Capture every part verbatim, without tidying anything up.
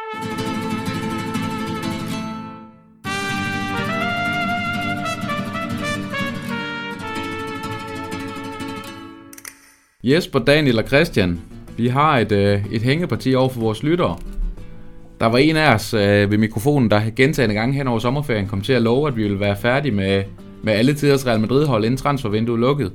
Jesper, Daniel og Christian, vi har et, øh, et hængeparti over for vores lyttere. Der var en af os øh, ved mikrofonen, der gentagne gange hen over sommerferien kom til at love, at vi ville være færdige med, med alle tiders Real Madrid-hold, inden transfervinduet lukkede.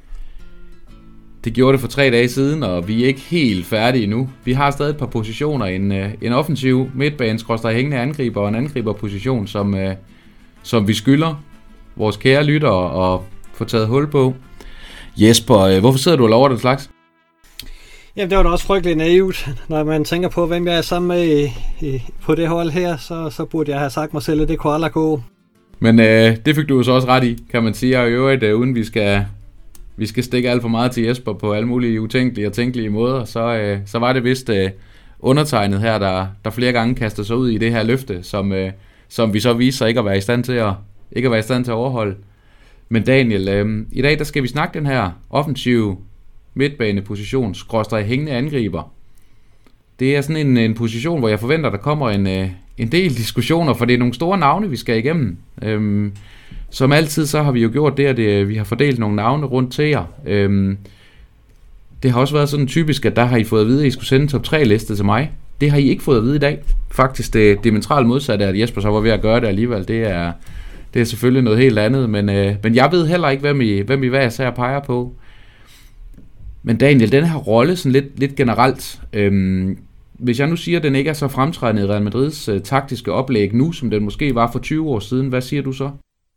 Det gjorde det for tre dage siden, og vi er ikke helt færdige endnu. Vi har stadig et par positioner, en, øh, en offensiv midtbane, skråstreg hængende angriber og en angriberposition, som, øh, som vi skylder vores kære lyttere at få taget hul på. Jesper, hvorfor sidder du og lover den slags? Jamen, det var da også frygteligt naivt. Når man tænker på, hvem jeg er sammen med i, i, på det hold her, så, så burde jeg have sagt mig selv, at det kunne aldrig gå. Men øh, det fik du jo så også ret i, kan man sige. Og i øvrigt, øh, uden vi skal, vi skal stikke alt for meget til Jesper på alle mulige utænkelige og tænkelige måder, så, øh, så var det vist øh, undertegnet her, der, der flere gange kastede sig ud i det her løfte, som, øh, som vi så viser ikke at være i stand til at, ikke at være i stand til at overholde. Men Daniel, øh, i dag der skal vi snakke den her offensive midtbaneposition, skråstreg hængende angriber. Det er sådan en, en position, hvor jeg forventer, der kommer en, øh, en del diskussioner, for det er nogle store navne, vi skal igennem. Øhm, som altid, så har vi jo gjort det, at det, vi har fordelt nogle navne rundt til jer. Øhm, det har også været sådan typisk, at der har I fået at vide, at I skulle sende en top tre liste til mig. Det har I ikke fået at vide i dag. Faktisk det diametralt modsatte, at Jesper så var ved at gøre det alligevel. Det er... Det er selvfølgelig noget helt andet, men, øh, men jeg ved heller ikke, hvem I, hvem I hver især peger på. Men Daniel, den her rolle sådan lidt, lidt generelt, øhm, hvis jeg nu siger, at den ikke er så fremtrædende i Real Madrids øh, taktiske oplæg nu, som den måske var for tyve år siden, hvad siger du så?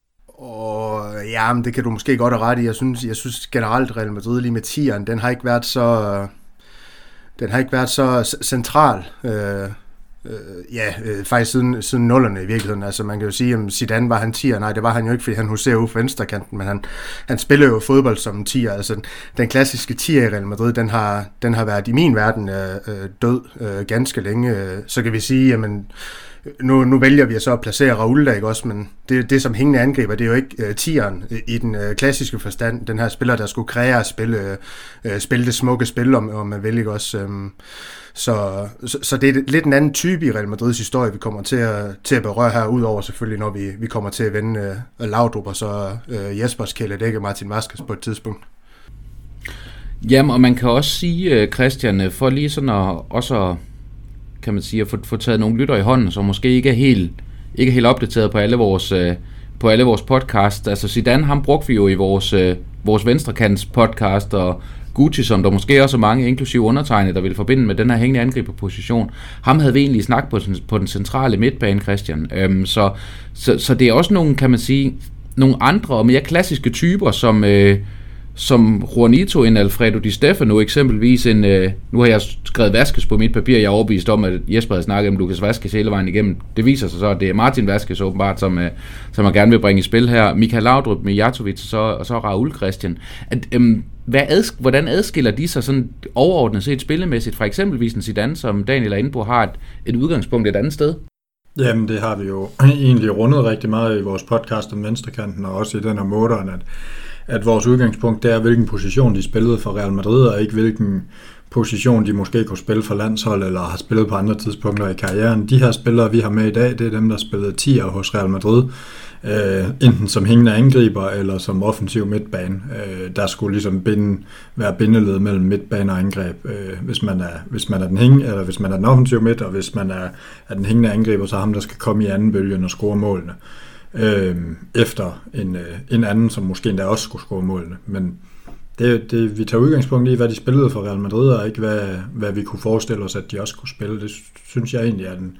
Og ja, men det kan du måske godt have ret i. Jeg synes, jeg synes generelt, Real Madrid lige med tieren, den har ikke været så, den har ikke været så central. Øh, Øh, ja, øh, faktisk siden, siden nullerne i virkeligheden. Altså man kan jo sige, at Zidane var han tier. Nej, det var han jo ikke, fordi han huserer ude på venstrekanten, men han, han spiller jo fodbold som en tier. Altså den klassiske tier i Real Madrid, den har, den har været i min verden øh, død øh, ganske længe. Så kan vi sige, jamen nu, nu vælger vi så at placere Raúl der, ikke også, men det, det som hængende angriber, det er jo ikke øh, tieren i den øh, klassiske forstand. Den her spiller, der skulle kreere at spille, øh, spille det smukke spil, om, om man vil, ikke også. Øh, Så, så, så det er lidt en anden type i Real Madrids historie, vi kommer til at, til at berøre her, udover selvfølgelig, når vi, vi kommer til at vende uh, Laudrup og så uh, Jespers Kæledække og Martin Vazquez på et tidspunkt. Jamen, og man kan også sige, Christian, for lige sådan at, også, kan man sige, at få, få taget nogle lytter i hånden, som måske ikke er helt, ikke er helt opdateret på alle vores, på alle vores podcast. Altså Zidane, ham brugte vi jo i vores, vores venstrekants podcast, og Gucci, som der måske også er mange, inklusive undertegnede, der vil forbinde med den her hængende angriberposition. Ham havde vi egentlig snakket på, på den centrale midtbane, Christian. Øhm, så, så, så det er også nogle, kan man sige, nogle andre og mere klassiske typer, som, øh, som Juanito, en Alfredo Di Stefano eksempelvis. En, øh, nu har jeg skrevet Vazquez på mit papir, jeg er overbevist om, at Jesper havde snakket om Lucas Vazquez hele vejen igennem. Det viser sig så, at det er Martin Vazquez åbenbart, som, øh, som man gerne vil bringe i spil her. Michael Laudrup, Mijatovic og så, og så Raúl, Christian. At, øhm, Hvad adsk- hvordan adskiller de sig sådan overordnet set spillemæssigt fra eksempelvis en Zidane, som Daniel er inde på, har et, et udgangspunkt et andet sted? Jamen det har vi jo egentlig rundet rigtig meget i vores podcast om venstrekanten, og også i den her måderen, at, at vores udgangspunkt det er, hvilken position de spillede for Real Madrid, og ikke hvilken position de måske kunne spille for landshold, eller har spillet på andre tidspunkter i karrieren. De her spillere, vi har med i dag, det er dem, der spillede tier hos Real Madrid, Uh, enten som hængende angriber eller som offensiv midtbane. Uh, der skulle ligesom binde, være bindeled mellem midtbane og angreb, uh, hvis man er hvis man er den hæng, eller hvis man er den offensiv midt, og hvis man er, er den hængende angriber, så ham der skal komme i anden bølge og score målene. Uh, efter en, uh, en anden, som måske endda også skulle score målene. Men det, det, vi tager udgangspunkt i, hvad de spillede for Real Madrid, og ikke hvad, hvad vi kunne forestille os, at de også kunne spille. Det synes jeg egentlig er den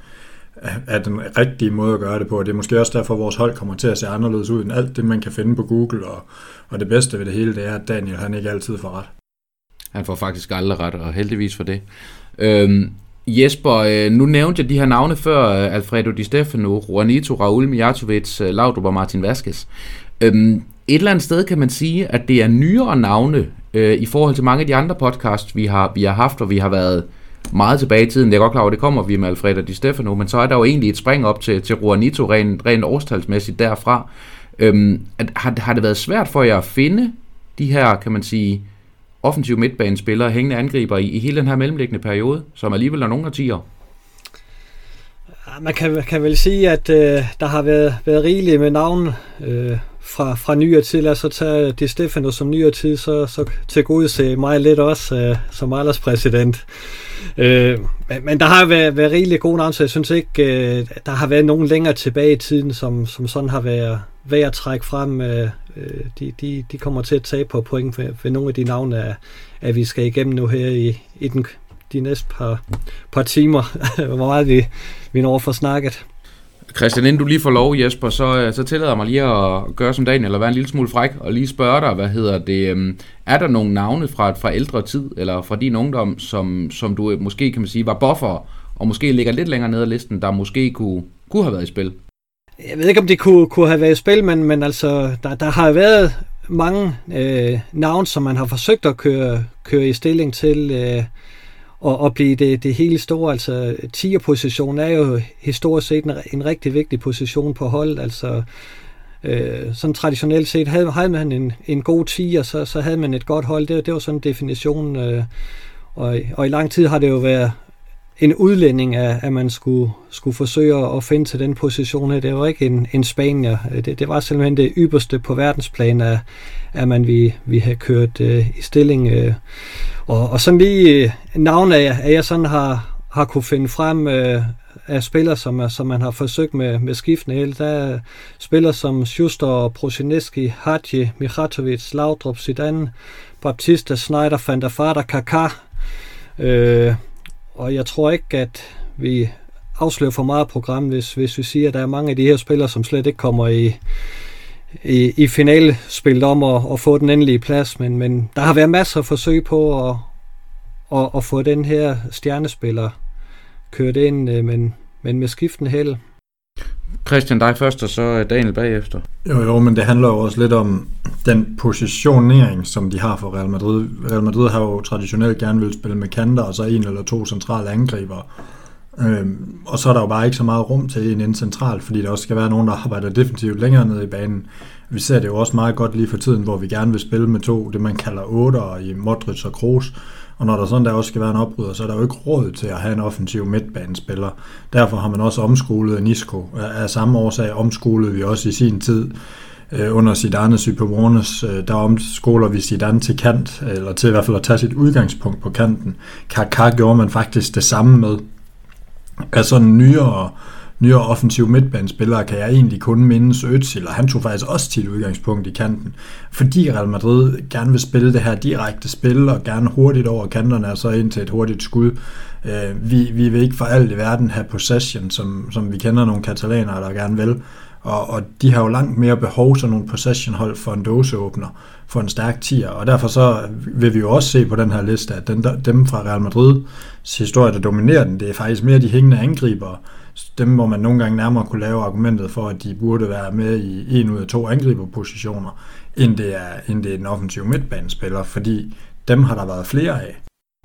er den rigtige måde at gøre det på. Det er måske også derfor, at vores hold kommer til at se anderledes ud end alt det, man kan finde på Google, og, og det bedste ved det hele, det er, at Daniel, han ikke altid får ret. Han får faktisk aldrig ret, og heldigvis for det. Øhm, Jesper, nu nævnte jeg de her navne før, Alfredo Di Stefano, Juanito, Raúl, Mijatovic, Laudrup og Martin Vazquez. Øhm, et eller andet sted kan man sige, at det er nyere navne øh, i forhold til mange af de andre podcasts, vi har, vi har haft, og vi har været meget tilbage i tiden. Jeg er godt klar over, det kommer vi med Alfredo Di Stefano, men så er der jo egentlig et spring op til, til Juanito rent, rent årstalsmæssigt derfra. Øhm, at, har, har det været svært for jer at finde de her, kan man sige, offensive midtbanespillere, hængende angriber i, i hele den her mellemliggende periode, som alligevel er nogle af tiger? Man kan, kan vel sige, at øh, der har været, været rigeligt med navne øh, fra, fra nyere tid. Lad os så tage Di Stefano som nyere tid, så, så til gode se mig lidt også øh, som alderspræsident. Øh, men, men der har været, været rigeligt gode navne, så jeg synes ikke, øh, der har været nogen længere tilbage i tiden, som, som sådan har været værd at trække frem. Øh, de, de, de kommer til at tage på point ved, ved nogle af de navne, at, at vi skal igennem nu her i, i den de næste par, par timer, hvor meget vi, vi når for snakket. Christian, inden du lige får lov, Jesper, så, så tillader jeg mig lige at gøre som Daniel, eller være en lille smule fræk, og lige spørge dig, hvad hedder det, er der nogle navne fra, fra ældre tid, eller fra din ungdom, som, som du måske, kan man sige, var buffer, og måske ligger lidt længere nede ad listen, der måske kunne, kunne have været i spil? Jeg ved ikke, om det kunne, kunne have været i spil, men, men altså, der, der har været mange øh, navne, som man har forsøgt at køre, køre i stilling til, øh, og, og blive det, det hele store. Altså tier-position er jo historisk set en, en rigtig vigtig position på hold. Altså øh, sådan traditionelt set havde, havde man en, en god tier, så, så havde man et godt hold. Det, det var sådan en definition. Øh, og, og i lang tid har det jo været en udlænding af, at man skulle, skulle forsøge at finde til den position her. Det var ikke en, en spanier. Det, det var simpelthen det ypperste på verdensplan, at, at man vi, vi havde kørt uh, i stilling. Uh, og, og sådan lige uh, navn af, at jeg sådan har, har kunne finde frem uh, af spillere, som, som man har forsøgt med, med skiftende held. Der er spillere som Schuster, Prosinecki, Hadji, Mijatovic, Laudrup, Zidane, Baptista, Sneijder, Van der Vaart, Kaká. Uh, Og jeg tror ikke, at vi afslører for meget program, hvis, hvis vi siger, at der er mange af de her spillere, som slet ikke kommer i, i, i finalespillet om at, at få den endelige plads. Men, men der har været masser af forsøg på at, at, at få den her stjernespiller kørt ind, men, men med skiftende held. Christian, dig først, og så Daniel bagefter. Jo, jo, men det handler jo også lidt om den positionering, som de har for Real Madrid. Real Madrid har jo traditionelt gerne vil spille med kanter, og så en eller to centrale angribere. Øhm, og så er der jo bare ikke så meget rum til en ind centralt, fordi der også skal være nogen, der arbejder definitivt længere ned i banen. Vi ser det jo også meget godt lige for tiden, hvor vi gerne vil spille med to, det man kalder otter i Modric og Kroos. Og når der sådan der også skal være en opbryder, så er der jo ikke råd til at have en offensiv midtbanespiller. Derfor har man også omskolet Nisco. Af samme årsag omskolede vi også i sin tid øh, under Zidane Supermones. Øh, der omskoler vi Zidane til kant, eller til i hvert fald at tage sit udgangspunkt på kanten. Kaká gjorde man faktisk det samme med. Af sådan nyere, nyere offensiv midtbanespillere kan jeg egentlig kun mindes Özil, og han tog faktisk også til udgangspunkt i kanten, fordi Real Madrid gerne vil spille det her direkte spil, og gerne hurtigt over kanterne, og så ind til et hurtigt skud. Vi, vi vil ikke for alt i verden have possession, som, som vi kender nogle katalanere, der gerne vil, og, og de har jo langt mere behov som nogle possession-hold for en dåseåbner, for en stærk tier, og derfor så vil vi jo også se på den her liste, at den, dem fra Real Madrids historie, der dominerer den, det er faktisk mere de hængende angribere, dem hvor man nogle gange nærmere kunne lave argumentet for, at de burde være med i en ud af to angriberpositioner, end det er, end det er en offensiv midtbanespiller, fordi dem har der været flere af.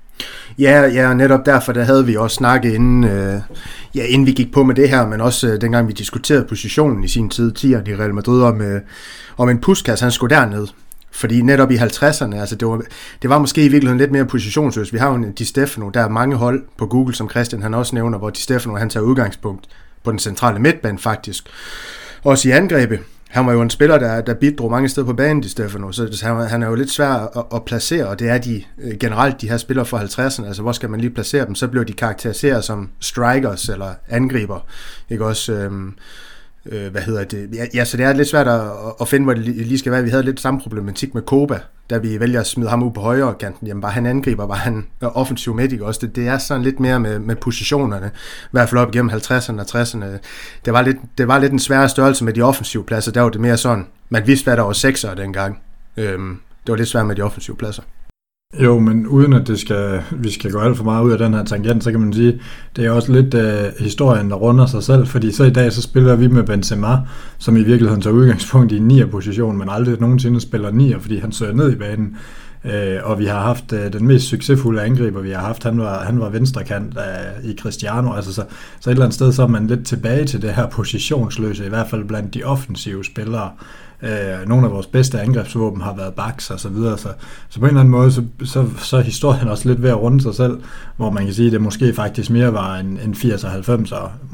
Ja, ja, netop derfor, der havde vi også snakket inden, øh, ja, inden vi gik på med det her, men også øh, dengang vi diskuterede positionen i sin tid, tieren i Real Madrid, om, øh, om en Puskas, han skulle derned. Fordi netop i halvtredserne, altså det var, det var måske i virkeligheden lidt mere positionsløst. Vi har jo en Di Stefano, der er mange hold på Google, som Christian han også nævner, hvor Di Stefano han tager udgangspunkt på den centrale midtbane faktisk. Også i angrebet. Han var jo en spiller, der, der bidrog mange steder på banen, Di Stefano, så han, han er jo lidt svær at, at placere, og det er de generelt de her spillere fra halvtredserne, altså hvor skal man lige placere dem, så bliver de karakteriseret som strikers eller angriber, ikke også, øhm, øh, hvad hedder det, ja, ja, så det er lidt svært at, at finde, hvor det lige skal være. Vi havde lidt samme problematik med Koba, da vi vælger at smide ham ud på højre kanten, jamen var han angriber, var han offensiv midt, ikke også, det, det er sådan lidt mere med, med positionerne, i hvert fald op igennem halvtredserne og tresserne, det var lidt, det var lidt en sværere størrelse med de offensive pladser, der var det mere sådan, man vidste hvad der var sekser dengang, øhm, det var lidt svært med de offensive pladser. Jo, men uden at det skal, vi skal gå alt for meget ud af den her tangent, så kan man sige, det er også lidt uh, historien, der runder sig selv, fordi så i dag så spiller vi med Benzema, som i virkeligheden tager udgangspunkt i en nier-position, men aldrig nogensinde spiller nier, fordi han søger ned i banen. Uh, og vi har haft uh, den mest succesfulde angriber, vi har haft, han var, han var venstrekant uh, i Cristiano, altså så, så et eller andet sted så er man lidt tilbage til det her positionsløse, i hvert fald blandt de offensive spillere. Øh, nogle af vores bedste angrebsvåben har været backs og så videre, så, så på en eller anden måde så, så, så er historien også lidt ved at runde sig selv, hvor man kan sige, at det måske faktisk mere var en, en firs og halvfems og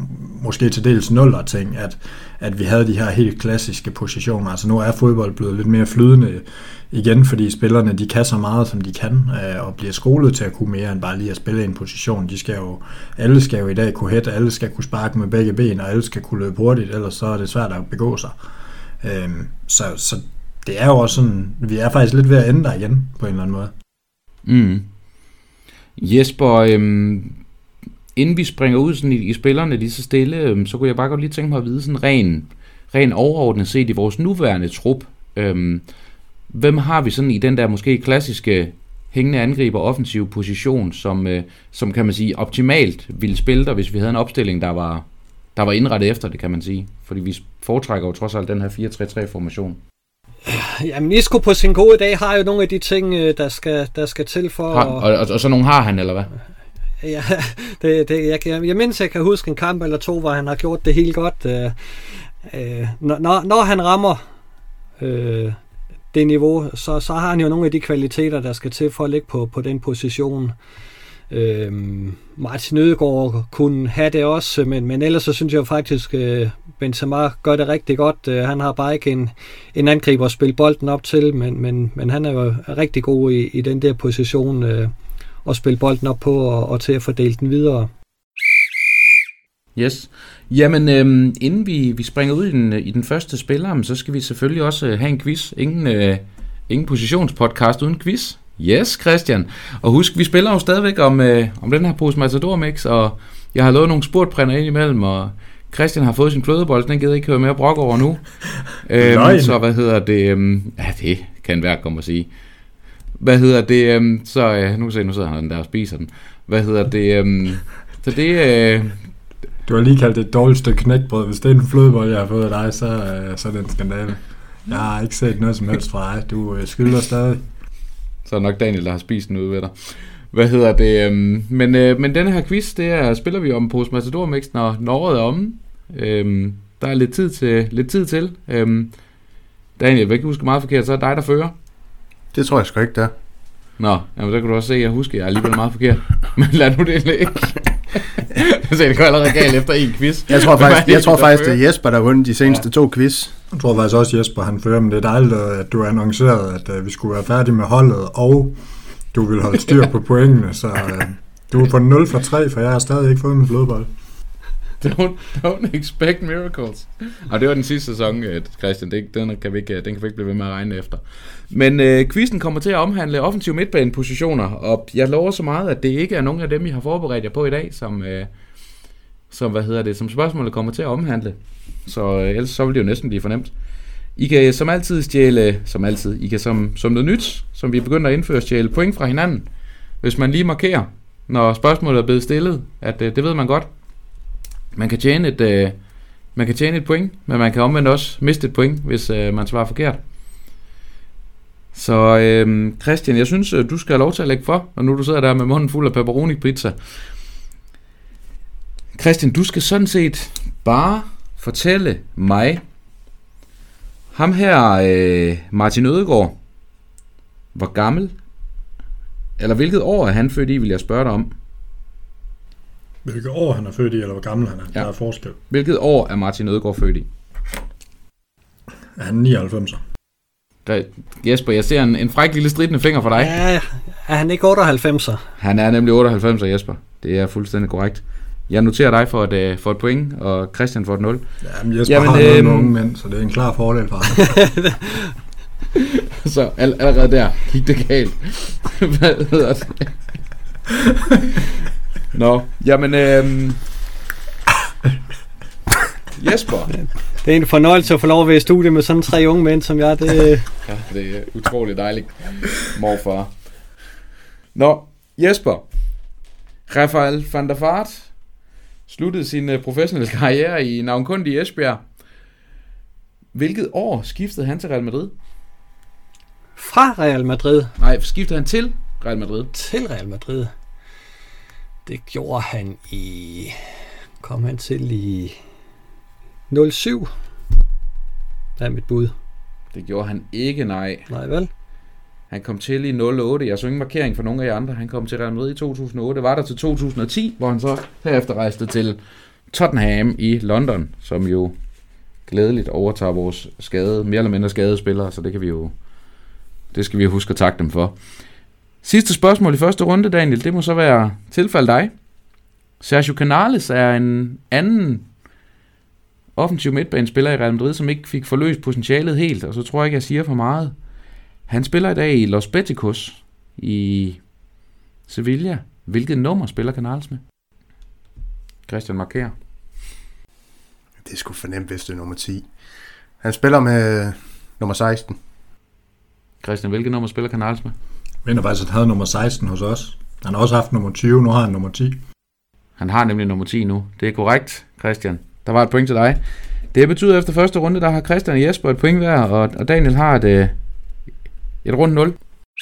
måske til dels nuller ting, at, at vi havde de her helt klassiske positioner. Altså nu er fodbold blevet lidt mere flydende igen, fordi spillerne de kan så meget, som de kan, øh, og bliver skolet til at kunne mere end bare lige at spille en position. De skal jo, alle skal jo i dag kunne hætte, alle skal kunne sparke med begge ben, og alle skal kunne løbe hurtigt, ellers så er det svært at begå sig. Øh, så, så det er jo også sådan, vi er faktisk lidt ved at ende der igen, på en eller anden måde. Mm. Jesper, øhm, inden vi springer ud sådan i, i spillerne lige så stille, øhm, så kunne jeg bare godt lige tænke mig at vide sådan ren, ren overordnet set i vores nuværende trup. Øhm, hvem har vi sådan i den der måske klassiske hængende angriber offensiv position, som, øh, som kan man sige optimalt ville spille der, hvis vi havde en opstilling, der var, der var indrettet efter det, kan man sige. Fordi vi foretrækker jo trods alt den her fire tre tre formation. Jamen, Isco på sin gode dag har jo nogle af de ting, der skal, der skal til for... Har, og, og, og så nogle har han, eller hvad? Ja, det, det, jeg, jeg, jeg mindst jeg kan huske en kamp eller to, hvor han har gjort det helt godt. Øh, øh, når, når han rammer øh, det niveau, så, så har han jo nogle af de kvaliteter, der skal til for at ligge på, på den position. Øh, Martin Ødegaard kunne have det også, men, men ellers så synes jeg jo faktisk, øh, Benzema gør det rigtig godt. Øh, han har bare ikke en, en angriber at spille bolden op til, men, men, men han er jo rigtig god i, i den der position øh, at spille bolden op på og, og til at fordele den videre. Yes. Jamen, øhm, inden vi, vi springer ud i den, i den første spiller, så skal vi selvfølgelig også have en quiz. Ingen, øh, ingen positionspodcast uden quiz. Yes, Christian. Og husk, vi spiller jo stadigvæk om, øh, om den her pose Matador Mix, og jeg har lavet nogle spurtprinter ind imellem, og Christian har fået sin flødebold, den gider ikke høre mere brok over nu. øhm, så hvad hedder det? Øhm, ja, det kan være komme at sige. Hvad hedder det? Øhm, så øh, nu, se, nu sidder han der og spiser den. Hvad hedder det? Øhm, så det... Øh, Du har lige kaldt det et dårligt stykke knækbrød. Hvis det er en flødebold, jeg har fået af dig, så, øh, så er det en skandale. Jeg har ikke set noget som helst fra dig. Du øh, skylder stadig. Så er nok Daniel, der har spist den ude ved dig. Hvad hedder det? Øhm, men, øh, men denne her quiz, det er, spiller vi om på Matador Mix, når, når året er omme. Øhm, der er lidt tid til. Lidt tid til. Øhm, Daniel, jeg vil ikke huske meget forkert, så er det dig, der fører. Det tror jeg sgu ikke, der. Nå, jamen, så kan du også se, at jeg husker, at jeg er alligevel meget forkert. Men lad nu det ligge. Så det går allerede galt efter en quiz. Jeg tror faktisk, jeg tror faktisk det er Jesper, der har vundet de seneste ja. to quiz. Jeg tror faktisk også, Jesper han fører, men det er dejligt, at du annoncerede, at uh, vi skulle være færdige med holdet, og du vil holde styr på pointene, så uh, du er på nul for tre, for jeg har stadig ikke fået min flødebold. Don't, don't expect miracles. Og det var den sidste sæson, Christian. Det, den, kan vi ikke, den kan vi ikke blive ved med at regne efter. Men øh, quizzen kommer til at omhandle offensiv midtbanepositioner, og jeg lover så meget, at det ikke er nogen af dem, I har forberedt jer på i dag, som, øh, som, hvad hedder det, som spørgsmålet kommer til at omhandle. Så øh, ellers så vil det jo næsten blive fornemt. I kan som altid stjæle, som altid, I kan som, som noget nyt, som vi begynder at indføre, stjæle point fra hinanden. Hvis man lige markerer, når spørgsmålet er blevet stillet, at øh, det ved man godt. Man kan tjene et, øh, man kan tjene et point, men man kan omvendt også miste et point, hvis øh, man svarer forkert. Så øh, Christian, jeg synes, du skal have lov til at lægge for, og nu du sidder der med munden fuld af pepperoni pizza. Christian, du skal sådan set bare fortælle mig, ham her, øh, Martin Ødegaard, hvor gammel, eller hvilket år er han født i, vil jeg spørge dig om. Hvilket år han er født i, eller hvor gammel han er. Ja. Der er forskel. Hvilket år er Martin Ødegaard født i? Er han nioghalvfemser? Jesper, jeg ser en, en fræk lille stridende finger for dig. Ja, er han ikke otteoghalvfemser? Han er nemlig otteoghalvfemser, Jesper. Det er fuldstændig korrekt. Jeg noterer dig for et, for et point, og Christian for et nul. Ja, men Jesper Jamen, har noget øhm... unge mænd, så det er en klar fordel for ham. Så all, allerede der gik det galt. Hvad hedder det? Nå, jamen øhm... Jesper. Det er en fornøjelse at få lov at være i studiet med sådan tre unge mænd som jeg. Det, ja, det er utroligt dejligt, morfar. Nå, Jesper. Rafael van der Vaart sluttede sin professionelle karriere i navnkundige Esbjerg. Hvilket år skiftede han til Real Madrid? Fra Real Madrid? Nej, skiftede han til Real Madrid. Til Real Madrid. Det gjorde han i... Kom han til i... nul syv. Det er mit bud. Det gjorde han ikke, nej. Nej vel? Han kom til i nul otte. Jeg så ingen markering for nogen af jer andre. Han kom til Real Madrid i to tusind og otte. Var der til to tusind og ti, hvor han så herefter rejste til Tottenham i London, som jo glædeligt overtager vores skade, mere eller mindre skadede spillere, så det kan vi jo, det skal vi jo huske at takke dem for. Sidste spørgsmål i første runde, Daniel, det må så være tilfælde dig. Sergio Canales er en anden offensiv midtbanespiller i Real Madrid, som ikke fik forløst potentialet helt, og så tror jeg ikke, jeg siger for meget. Han spiller i dag i Los Beticos i Sevilla. Hvilket nummer spiller Canales med? Christian markerer. Det er sgu fornemt, hvis det er nummer ti. Han spiller med nummer seksten. Christian, hvilket nummer spiller Canales med? Jeg mener faktisk, at han havde nummer seksten hos os. Han har også haft nummer tyve, nu har han nummer ti. Han har nemlig nummer ti nu. Det er korrekt, Christian. Der var et point til dig. Det betyder, at efter første runde, der har Christian og Jesper et point hver, og, og Daniel har et, et rundt nul.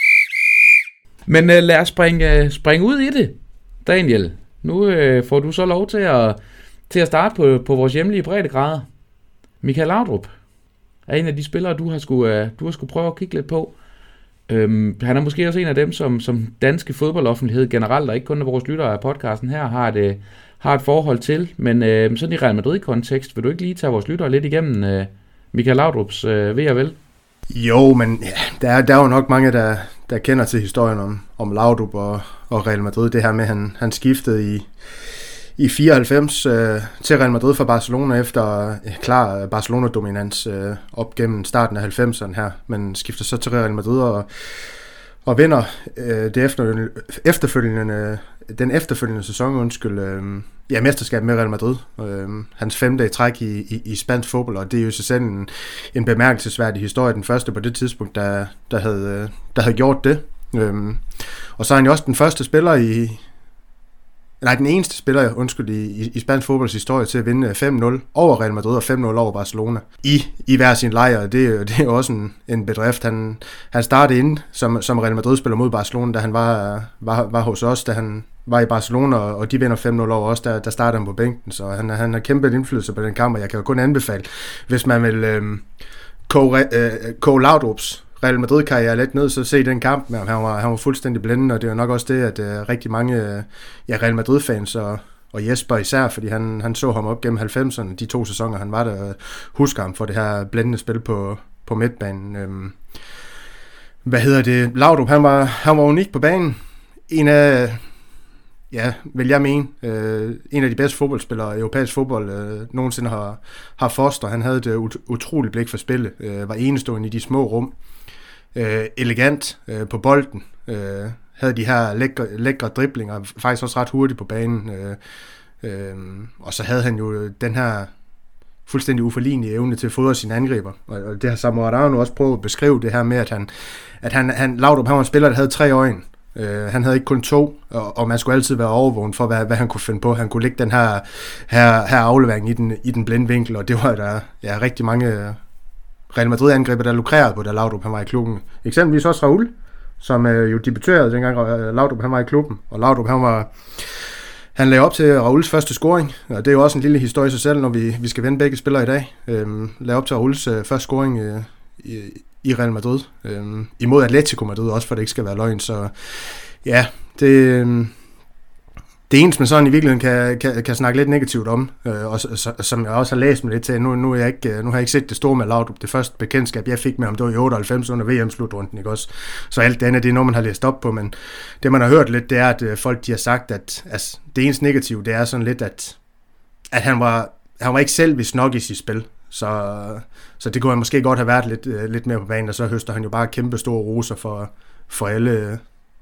Men uh, lad os springe, uh, springe ud i det, Daniel. Nu uh, får du så lov til at, til at starte på, på vores hjemlige breddegrader. Michael Laudrup er en af de spillere, du har skulle, uh, du har skulle prøve at kigge lidt på. Um, han er måske også en af dem, som, som danske fodboldoffentlighed generelt, og ikke kun af vores lyttere af podcasten her, har et, uh, har et forhold til. Men uh, sådan i Real Madrid-kontekst, vil du ikke lige tage vores lyttere lidt igennem uh, Michael Laudrups uh, ved og vel? Jo, men ja, der, er, der er jo nok mange, der, der kender til historien om, om Laudrup og, og Real Madrid. Det her med, at han, han skiftede i, i fireoghalvfems øh, til Real Madrid fra Barcelona efter øh, klar Barcelona-dominans øh, op gennem starten af halvfemserne her. Men skifter så til Real Madrid og, og vinder øh, det efter, efterfølgende, den efterfølgende sæson, undskyld, øh, ja, mesterskab med Real Madrid. Øh, hans femte i træk i, i, i spansk fodbold, og det er jo så selv en, en bemærkelsesværdig historie. Den første på det tidspunkt, der, der, havde, der havde gjort det. Øh, og så er han jo også den første spiller i... Nej, den eneste spiller, undskyld, i, i spansk fodbolds historie til at vinde fem nul over Real Madrid og fem nul over Barcelona i, i hver sin lejr. Det, det er jo også en, en bedrift. Han, han startede inde som, som Real Madrid-spiller mod Barcelona, da han var, var, var hos os, da han var i Barcelona, og de vinder fem nul over os, der, der startede han på bænken. Så han, han har kæmpet indflydelse på den kamp, og jeg kan jo kun anbefale, hvis man vil øh, koge, øh, koge Laudrups Real Madrid-karriere lidt ned, så se den kamp med ham. Han var, han var fuldstændig blændende, og det er jo nok også det, at uh, rigtig mange uh, ja, Real Madrid-fans og, og Jesper især, fordi han, han så ham op gennem halvfemserne, de to sæsoner, han var der, uh, husker ham for det her blændende spil på, på midtbanen. Um, hvad hedder det? Laudrup, han var, han var unik på banen. En af, ja, vil jeg mene, uh, en af de bedste fodboldspillere, europæisk fodbold, uh, nogensinde har, har fostret. Han havde et ut- utroligt blik for spillet, uh, var enestående i de små rum. Øh, elegant øh, på bolden, øh, havde de her lækre, lækre driblinger, faktisk også ret hurtigt på banen, øh, øh, og så havde han jo den her fuldstændig uforlignelige evne til at fodre sine angriber, og, og det har Samuel Arano også prøvet at beskrive det her med, at han, at han, han Laudrup, han var en spiller, der havde tre øjne, øh, han havde ikke kun to, og, og man skulle altid være overvågen for, hvad, hvad han kunne finde på. Han kunne lægge den her, her, her aflevering i den, i den blinde vinkel, og det var der ja, rigtig mange Real Madrid-angriber, der lukrerede på, da Laudrup han var i klubben. Eksempelvis også Raul, som øh, jo debuterede dengang Laudrup han var i klubben. Og Laudrup han var... Han lagde op til Rauls første scoring, og det er jo også en lille historie i sig selv, når vi, vi skal vende begge spillere i dag. Øhm, lagde op til Rauls øh, første scoring øh, i, i Real Madrid. Øhm, imod Atletico Madrid også, for det ikke skal være løgn. Så ja, det... Øh, Det eneste, man sådan i virkeligheden kan, kan, kan snakke lidt negativt om, øh, og så, som jeg også har læst mig lidt til, nu, nu, er jeg ikke, nu har jeg ikke set det store med Laudrup. Det første bekendtskab, jeg fik med ham, det var i otteoghalvfems under V M-slutrunden, ikke også? Så alt det andet, det er noget, man har læst op på, men det, man har hørt lidt, det er, at folk de har sagt, at altså, det eneste negative, det er sådan lidt, at, at han, var, han var ikke selv vist nok i sit spil. Så, så det kunne han måske godt have været lidt, lidt mere på banen, og så høster han jo bare kæmpe store roser for, for, alle,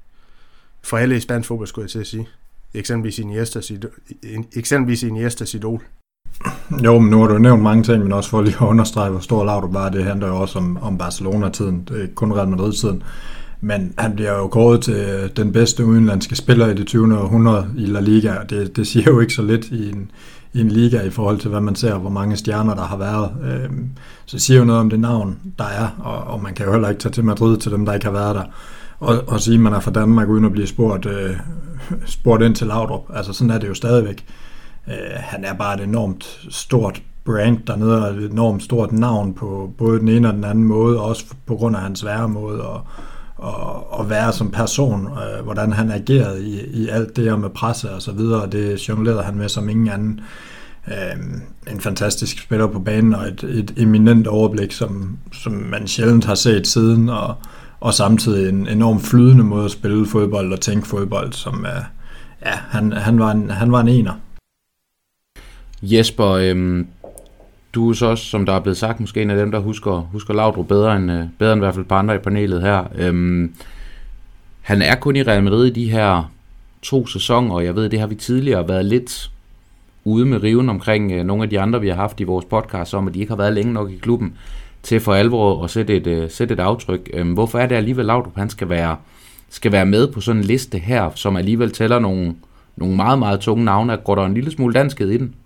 for alle i spansk fodbold, skulle jeg til at sige. Eksempelvis Iniestas idol. Eksempelvis Iniestas idol. Jo, men nu har du nævnt mange ting, men også for lige at understrege, hvor stor Laudrup var. Det handler jo også om, om Barcelona-tiden, det er ikke kun Real Madrid-tiden. Men han bliver jo kåret til den bedste udenlandske spiller i det tyvende århundrede i La Liga, og det, det siger jo ikke så lidt i en, i en liga i forhold til, hvad man ser, hvor mange stjerner der har været. Så det siger jo noget om det navn, der er, og, og man kan jo heller ikke tage til Madrid til dem, der ikke har været der. Og, og sige, at man er fra Danmark uden at blive spurgt, øh, spurgt ind til Laudrup. Altså sådan er det jo stadigvæk. Øh, han er bare et enormt stort brand dernede, og et enormt stort navn på både den ene og den anden måde, og også på grund af hans væremåde og, og, og være som person, øh, hvordan han agerede i, i alt det her med presse og så videre, det jonglerede han med som ingen anden. Øhm, en fantastisk spiller på banen og et, et eminent overblik, som, som man sjældent har set siden, og, og samtidig en enorm flydende måde at spille fodbold og tænke fodbold, som er, ja, han, han, var en, han var en ener. Jesper, øhm, du er så også, som der er blevet sagt, måske en af dem, der husker, husker Laudrup bedre end, øh, bedre end i hvert fald på andre i panelet her. Øhm, han er kun i Real Madrid i de her to sæsoner, og jeg ved, det har vi tidligere været lidt ude med riven omkring øh, nogle af de andre, vi har haft i vores podcast, om at de ikke har været længe nok i klubben til for alvor at sætte et, øh, sætte et aftryk. Øhm, hvorfor er det alligevel, Laudrup han skal være, skal være med på sådan en liste her, som alligevel tæller nogle, nogle meget, meget tunge navne? Går der en lille smule danskhed i den?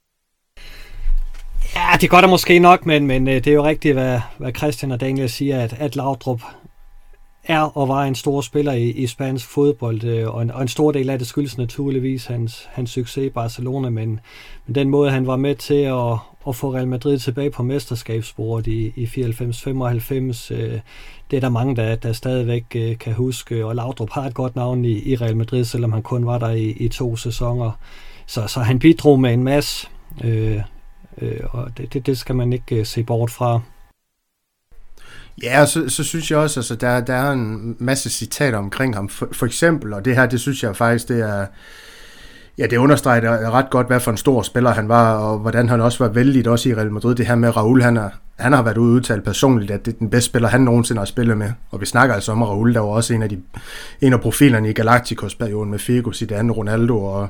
Ja, det går der måske nok, men, men det er jo rigtigt, hvad, hvad Christian og Daniel siger, at, at Laudrup er og var en stor spiller i, i spansk fodbold, og en, og en stor del af det skyldes naturligvis hans, hans succes i Barcelona, men, men den måde, han var med til at, at få Real Madrid tilbage på mesterskabsbordet i, i fireoghalvfems femoghalvfems, øh, det er der mange, der, der stadigvæk øh, kan huske, og Laudrup har et godt navn i, i Real Madrid, selvom han kun var der i, i to sæsoner. Så, så han bidrog med en masse, øh, øh, og det, det, det skal man ikke øh, se bort fra. Ja, så, så synes jeg også, altså der, der er en masse citater omkring ham, for, for eksempel, og det her, det synes jeg faktisk, det er, ja, det understreger ret godt, hvad for en stor spiller han var, og hvordan han også var vældig også i Real Madrid. Det her med Raúl, han, er, han har været ude udtalt personligt, at det er den bedste spiller, han nogensinde har spillet med, og vi snakker altså om Raúl, der var også en af, de, en af profilerne i Galacticos-perioden med Figo, Zidane, Ronaldo og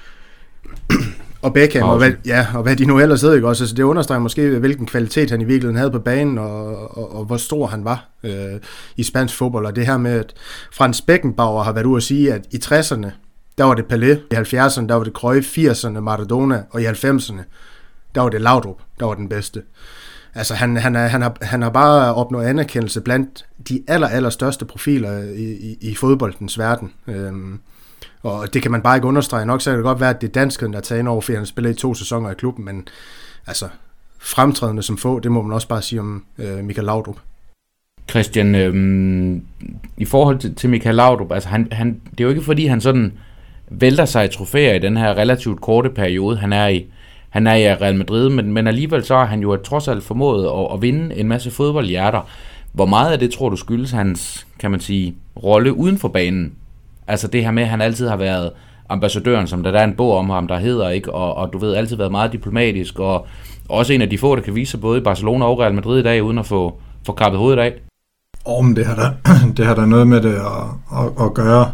og Beckham, og hvad, ja, og hvad de nu ellers hedder, ikke også? Altså, det understreger måske, hvilken kvalitet han i virkeligheden havde på banen, og, og, og hvor stor han var øh, i spansk fodbold. Og det her med, at Franz Beckenbauer har været ude at sige, at i tresserne, der var det Pelé, i halvfjerdserne, der var det Cruyff, firserne, Maradona, og i halvfemserne, der var det Laudrup, der var den bedste. Altså, han, han, er, han, har, han har bare opnået anerkendelse blandt de aller, aller største profiler i, i, i fodboldens verden. Øhm, Og det kan man bare ikke understrege nok, så kan det godt være, at det er danskheden, der tager ind over, fordi han spiller i to sæsoner i klubben, men altså fremtrædende som få, det må man også bare sige om øh, Michael Laudrup. Christian, øhm, i forhold til, til Michael Laudrup, altså han, han, det er jo ikke fordi, han sådan vælter sig i trofæer i den her relativt korte periode, han er i, han er i Real Madrid, men, men alligevel så har han jo trods alt formået at, at vinde en masse fodboldhjerter. Hvor meget af det tror du skyldes hans, kan man sige, rolle uden for banen? Altså det her med, at han altid har været ambassadøren, som der, der er en bog om ham, der hedder, ikke? Og, og du ved, altid været meget diplomatisk, og også en af de få, der kan vise sig både i Barcelona og Real Madrid i dag, uden at få, få krabbet hovedet af. Åh, men det har der, det har der noget med det at, at, at gøre.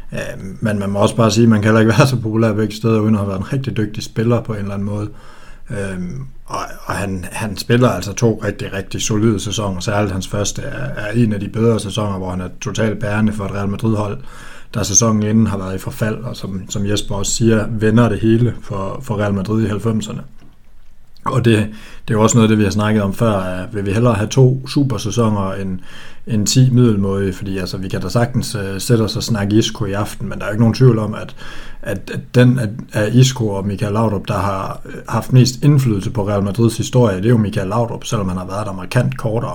Men man må også bare sige, at man kan heller ikke være så populær begge steder, uden at have været en rigtig dygtig spiller på en eller anden måde. Øhm, og, og han, han spiller altså to rigtig, rigtig solide sæsoner, særligt hans første er, er en af de bedre sæsoner, hvor han er totalt bærende for et Real Madrid-hold, der sæsonen inden har været i forfald, og som, som Jesper også siger, vender det hele for, for Real Madrid i halvfemserne. Og det, det er jo også noget af det, vi har snakket om før, at vil vi hellere have to supersæsoner end, end ti middelmåde, fordi altså, vi kan da sagtens uh, sætte os og snakke Isco i aften, men der er jo ikke nogen tvivl om, at, at, at den af Isco og Michael Laudrup, der har haft mest indflydelse på Real Madrids historie, det er jo Michael Laudrup, selvom han har været der markant kortere.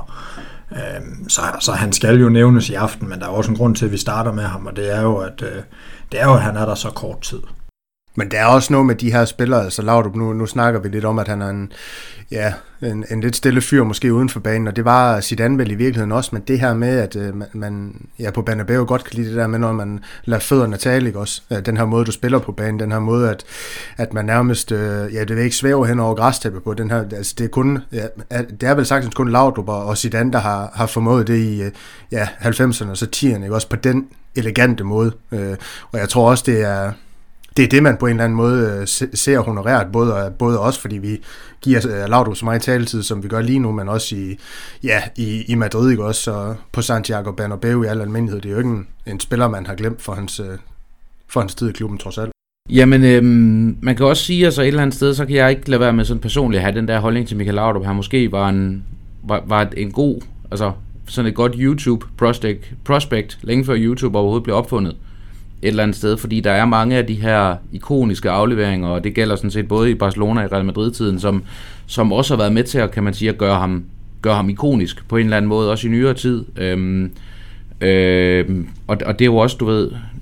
Uh, så, så han skal jo nævnes i aften, men der er også en grund til, at vi starter med ham, og det er jo, at, uh, det er jo, at han er der så kort tid. Men der er også noget med de her spillere, altså Laudrup, nu, nu snakker vi lidt om, at han er en, ja, en, en lidt stille fyr måske uden for banen, og det var Zidane vel i virkeligheden også, men det her med, at uh, man ja, på Bernabeu godt kan lide det der med, når man lader fødderne tale, ikke også? Uh, den her måde, du spiller på banen, den her måde, at, at man nærmest, uh, ja, det vil ikke svæve hen over græstæppe på, den her, altså det er kun, ja, det er vel sagtens kun Laudrup og Zidane, der har, har formået det i, uh, ja, halvfemserne og så tierne, ikke også? På den elegante måde, uh, og jeg tror også, det er Det er det, man på en eller anden måde ser honoreret, både, både også, fordi vi giver Laudrup så meget taletid, som vi gør lige nu, men også i, ja, i, i Madrid, ikke også, og på Santiago Bernabeu i al almindelighed. Det er jo ikke en, en spiller, man har glemt for hans, for hans tid i klubben, trods alt. Jamen, øhm, man kan også sige, altså et eller andet sted, så kan jeg ikke lade være med sådan personligt at have den der holdning til Michael Laudrup. Han måske var en, var, var en god, altså sådan et godt YouTube-prospect, prospect, længe før YouTube overhovedet blev opfundet. Et eller andet sted, fordi der er mange af de her ikoniske afleveringer, og det gælder sådan set både i Barcelona og i Real Madrid-tiden, som, som også har været med til at, kan man sige, at gøre ham, gøre ham ikonisk på en eller anden måde, også i nyere tid. Øhm, øhm, og, og det er jo også, du ved,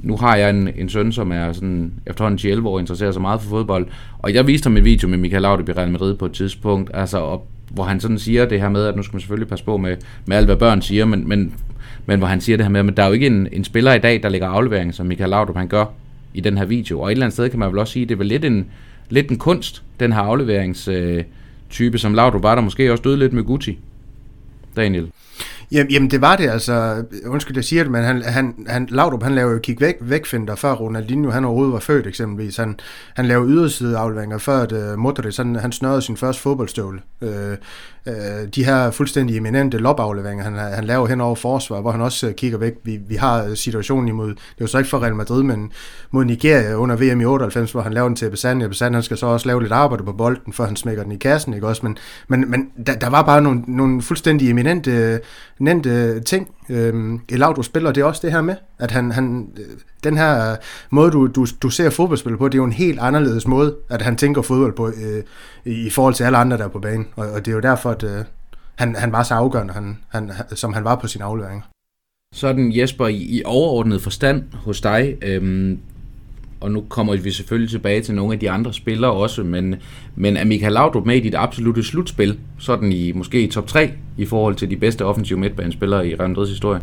nu har jeg en, en søn, som er sådan efterhånden ti elleve år, interesserer sig meget for fodbold, og jeg viste ham en video med Michael Laudrup i Real Madrid på et tidspunkt, altså, og, hvor han sådan siger det her med, at nu skal man selvfølgelig passe på med, med alt, hvad børn siger, men, men, men hvor han siger det her med, at der er jo ikke en, en spiller i dag, der lægger aflevering, som Michael Laudrup han gør i den her video, og et eller andet sted kan man vel også sige, at det er vel lidt en, lidt en kunst, den her afleveringstype, som Laudrup var, der måske også døde lidt med Guti. Daniel. Jamen, det var det, altså, undskyld, jeg siger det, men han, han, han, Laudrup, han lavede jo kick væk, vækfinder, før Ronaldinho, han overhovedet var født, eksempelvis. Han, han lavede yderside afleveringer, før at, uh, Modric, han, han snørrede sin første fodboldstøvle. Uh, uh, de her fuldstændig eminente lopafleveringer, han, han laver hen over forsvar, hvor han også uh, kigger væk. Vi, vi har situationen imod, det var så ikke for Real Madrid, men mod Nigeria under V M i otteoghalvfems, hvor han laver den til Besania. Besania, han skal så også lave lidt arbejde på bolden, før han smækker den i kassen, ikke også? Men, men, men der, der var bare nogle, nogle fuldstændig eminente nævnte ting. Øhm, Laudrup spiller, det er også det her med, at han, han den her måde, du, du, du ser fodboldspil på, det er jo en helt anderledes måde, at han tænker fodbold på, øh, i forhold til alle andre, der er på banen. Og, og det er jo derfor, at øh, han, han var så afgørende, han, han, som han var på sin aflevering. Sådan Jesper, i, i overordnet forstand hos dig, øhm, og nu kommer vi selvfølgelig tilbage til nogle af de andre spillere også, men, men er Michael Laudrup med i dit absolutte slutspil, sådan i måske i top tre, i forhold til de bedste offensive midtbanespillere i Real Madrids historie?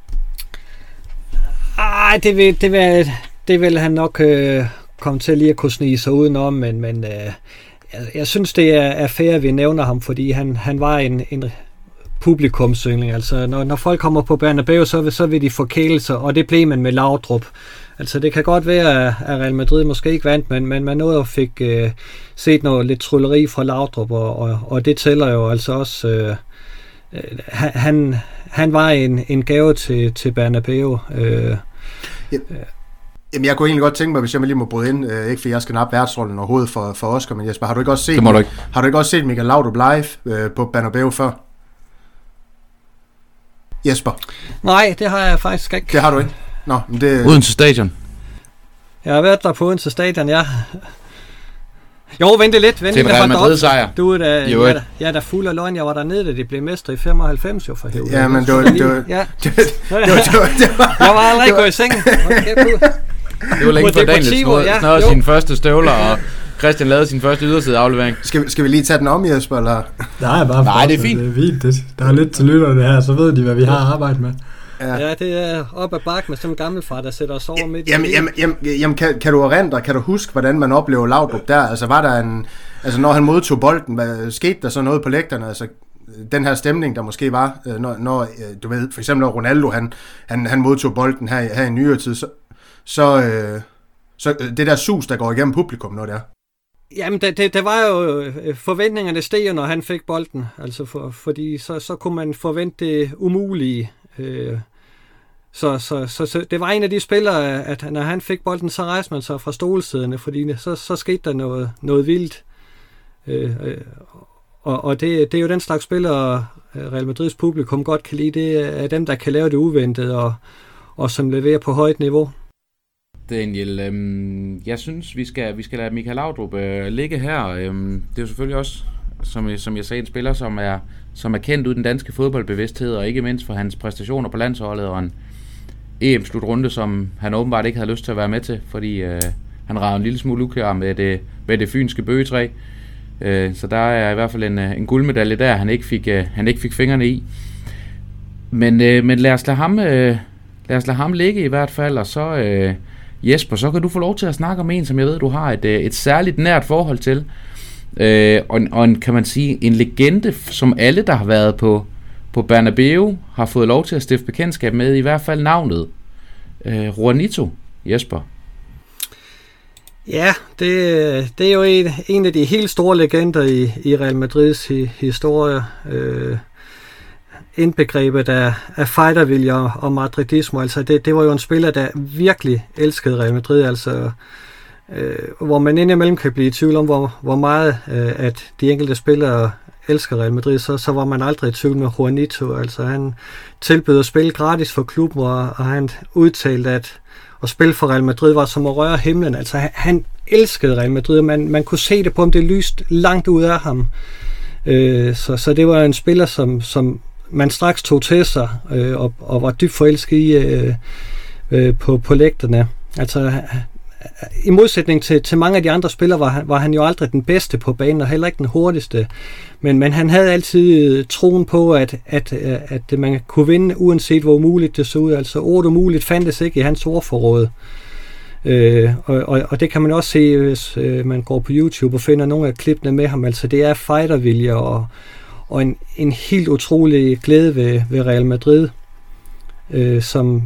Ej, det vil, det vil, det vil han nok øh, komme til lige at kunne snige sig udenom, men, men øh, jeg, jeg synes, det er, er fair, at vi nævner ham, fordi han, han var en, en publikumsyngling. Altså, når, når folk kommer på Bernabeu, så vil, så vil de få kælelser, og det blev man med Laudrup. Altså, det kan godt være, at Real Madrid måske ikke vandt, men, men man nåede og fik øh, set noget lidt trylleri fra Laudrup, og, og, og det tæller jo altså også. Øh, han, han var en, en gave til, til Bernabeu. Øh, ja. Jamen, jeg kunne egentlig godt tænke mig, hvis jeg lige må bryde ind, øh, ikke fordi jeg skal nappe værtsrollen overhovedet for, for Oscar, men Jesper, har du ikke også set, det må du ikke. Har du ikke også set Michael Laudrup live øh, på Bernabeu før? Jesper? Nej, det har jeg faktisk ikke. Det har du ikke? Nå, men det... Odense Stadion. Jeg har været der på Odense Stadion, ja. Jo, vent lidt. Vent til en Real Madrid-sejr. Du er da, jeg, er da, jeg er da fuld af løgn. Jeg var dernede, da de blev mestre i femoghalvfems, jo for helvede. Ja, men det var... Det var, ja. det var, det var, det var, det var jeg var allerede gået i seng. Okay, det var længe før Daniel snødede sine første støvler, og Christian lavede sin første yderside aflevering. Skal, skal vi lige tage den om, Jesper? Eller? Nej, bare Nej, det er fint. Det er fint. Det, der er lidt til lytterne her, så ved de, hvad vi har arbejdet med. Ja. ja, det er op ad bakke med sådan en gammel far, der sætter os over midt i. Jamen, jamen, jamen, jamen kan, kan du erindre, kan du huske, hvordan man oplever Laudrup der? Altså, var der en... Altså, når han modtog bolden, hvad, skete der så noget på lægterne? Altså, den her stemning, der måske var, når, når du ved, for eksempel når Ronaldo, han, han, han modtog bolden her, her i nyere tid, så, så, øh, så det der sus, der går igennem publikum, når det er. Jamen, det, det, det var jo, forventningerne steg, når han fik bolden, altså for, fordi så, så kunne man forvente det umulige. Øh, så, så, så, så det var en af de spillere, at når han fik bolden, så rejste man sig fra stolsæderne, fordi så, så skete der noget, noget vildt. Øh, øh, og og det, det er jo den slags spillere, Real Madrids publikum godt kan lide. Det er dem, der kan lave det uventede, og, og som leverer på højt niveau. Daniel, øhm, jeg synes, vi skal, vi skal lade Michael Laudrup øh, ligge her. Øhm, det er jo selvfølgelig også, som, som jeg sagde, en spiller, som er, som er kendt ud i den danske fodboldbevidsthed, og ikke mindst for hans præstationer på landsholdet, og en E M-slutrunde, som han åbenbart ikke havde lyst til at være med til, fordi øh, han ragede en lille smule uklar med det, med det fynske bøgetræ. Øh, så der er i hvert fald en, en guldmedalje der, han ikke fik, øh, han ikke fik fingrene i. Men, øh, men lad os lade ham, øh, lad os lade ham ligge i hvert fald, og så... Øh, Jesper, så kan du få lov til at snakke om en, som jeg ved, du har et, et særligt nært forhold til. Øh, og, og en, kan man sige, en legende, som alle, der har været på, på Bernabeu, har fået lov til at stifte bekendtskab med, i hvert fald navnet. Øh, Juanito, Jesper. Ja, det, det er jo en, en af de helt store legender i, i Real Madrids hi, historie. Øh, indbegrebet af, af fightervilje og madridismo. Altså det, det var jo en spiller, der virkelig elskede Real Madrid, altså øh, hvor man indimellem kan blive i tvivl om, hvor, hvor meget øh, at de enkelte spillere elsker Real Madrid, så, så var man aldrig i tvivl med Juanito. Altså han tilbød at spille gratis for klubben, og, og han udtalte, at at spille for Real Madrid var som at røre himlen. Altså han, han elskede Real Madrid, og man, man kunne se det på ham, det lyst langt ud af ham. Øh, så, så det var en spiller, som, som man straks tog til sig, øh, og, og var dybt forelsket i, øh, øh, på, på lægterne. Altså, i modsætning til, til mange af de andre spillere, var han, var han jo aldrig den bedste på banen, og heller ikke den hurtigste. Men, men han havde altid troen på, at, at, at man kunne vinde, uanset hvor umuligt det så ud. Altså, ordet umuligt fandtes ikke i hans ordforråd. Øh, og, og, og det kan man også se, hvis øh, man går på YouTube og finder nogle af klippene med ham. Altså, det er fightervilje og, og en, en helt utrolig glæde ved, ved Real Madrid, øh, som,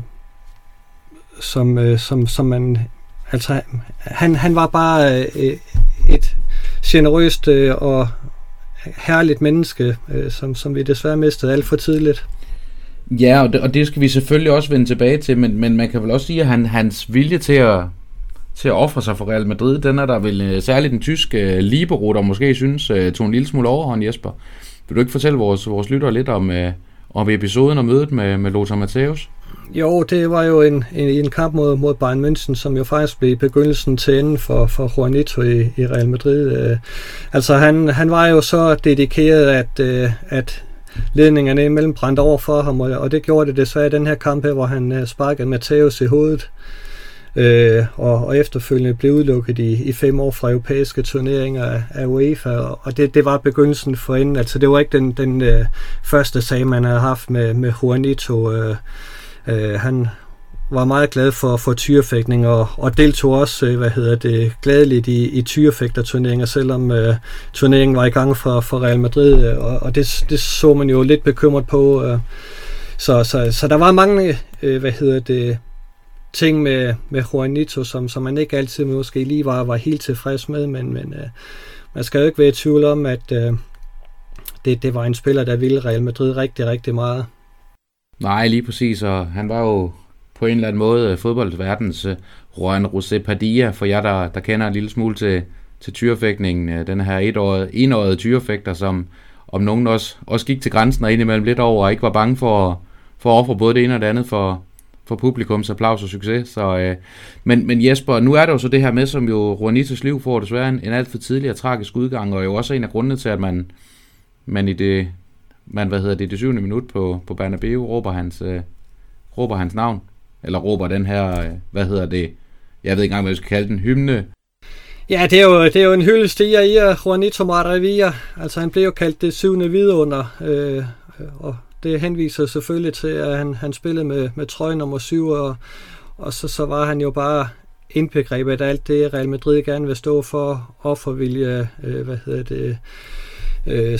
som, øh, som, som man... Altså, han, han var bare øh, et generøst øh, og herligt menneske, øh, som, som vi desværre mistede alt for tidligt. Ja, og det, og det skal vi selvfølgelig også vende tilbage til, men, men man kan vel også sige, at han, hans vilje til at, til at ofre sig for Real Madrid, den er der vel særligt den tyske libero, der måske synes uh, tog en lille smule overhånd, Jesper. Vil du ikke fortælle vores, vores lyttere lidt om, uh, om episoden og mødet med, med Lothar Matthäus? Jo, det var jo en, en, en kamp mod, mod Bayern München, som jo faktisk blev begyndelsen til enden for, for Juanito i, i Real Madrid. Uh, altså, han, han var jo så dedikeret, at, uh, at ledningerne imellem brændte over for ham, og, og det gjorde det desværre i den her kamp her, hvor han uh, sparkede Matthäus i hovedet, uh, og, og efterfølgende blev udelukket i, i fem år fra europæiske turneringer af, af UEFA, og, og det, det var begyndelsen for enden. Altså, det var ikke den, den uh, første sag, man havde haft med, med Juanito. Uh, uh, han var meget glad for, for tyrefægtning, og, og deltog også, hvad hedder det, gladeligt i, i tyrefægterturneringer, selvom uh, turneringen var i gang for, for Real Madrid, og, og det, det så man jo lidt bekymret på. Uh, så, så, så der var mange, uh, hvad hedder det, ting med, med Juanito, som, som man ikke altid måske lige var, var helt tilfreds med, men, men uh, man skal jo ikke være i tvivl om, at uh, det, det var en spiller, der ville Real Madrid rigtig, rigtig meget. Nej, lige præcis, og han var jo på en eller anden måde fodboldverdens uh, Juan José Padilla, for jer, der, der kender en lille smule til, til tyrefægtningen, uh, den her etårige, enårige tyrefægter, som om nogen også, også gik til grænsen og indimellem lidt over, og ikke var bange for, for at ofre både det ene og det andet for, for publikums applaus og succes. Så, uh, men, men Jesper, nu er der jo så det her med, som jo Juanitos liv får desværre en, en alt for tidlig og tragisk udgang, og jo også en af grundene til, at man, man i det, man, hvad hedder det, det syvende minut på, på Bernabeu råber hans, uh, råber hans navn. Eller råber den her, hvad hedder det, jeg ved ikke engang, hvad vi skal kalde den, hymne. Ja, det er jo, det er jo en hyldest i Juanito Maravilla. Altså, han blev jo kaldt det syvende vidunder, øh, og det henviser selvfølgelig til, at han, han spillede med, med trøje nummer syv, og, og så, så var han jo bare indbegrebet af alt det, Real Madrid gerne vil stå for, offervilje, øh, hvad hedder det, øh,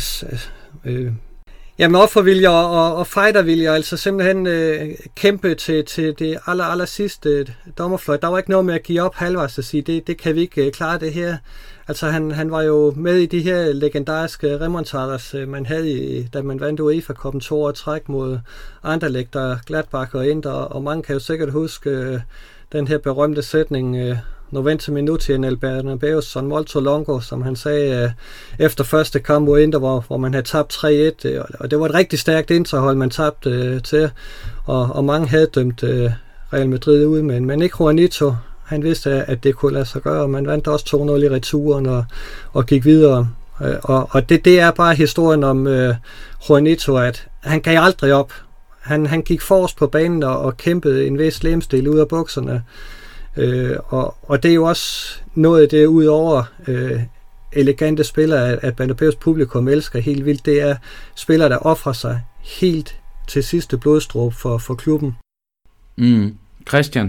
øh, Jamen offervilje og, og, og fightervilje, altså simpelthen øh, kæmpe til, til det aller, aller sidste dommerfløjt. Der var ikke noget med at give op halvvejs og sige, det, det kan vi ikke klare det her. Altså han, han var jo med i de her legendariske remontadas, man havde, da man vandt UEFA-koppen to år træk mod Anderlecht og Gladbach og Inter, og mange kan jo sikkert huske øh, den her berømte sætning, øh, noventa minuti en el Bernabeu son molto longo, som han sagde øh, efter første kamp mod Inter, hvor, hvor man havde tabt tre et, øh, og det var et rigtig stærkt interhold, man tabte øh, til, og, og mange havde dømt øh, Real Madrid ud, men, men ikke Juanito. Han vidste, at det kunne lade sig gøre, og man vandt også to nul i returen og, og gik videre. Øh, og og det, det er bare historien om øh, Juanito, at han gav aldrig op. Han, han gik forrest på banen og, og kæmpede en vis lemstil ud af bukserne. Øh, og, og det er jo også noget af det ud over øh, elegante spillere, at, at Bernabeus publikum elsker helt vildt. Det er spillere, der offrer sig helt til sidste blodstråbe for, for klubben. Mm. Christian?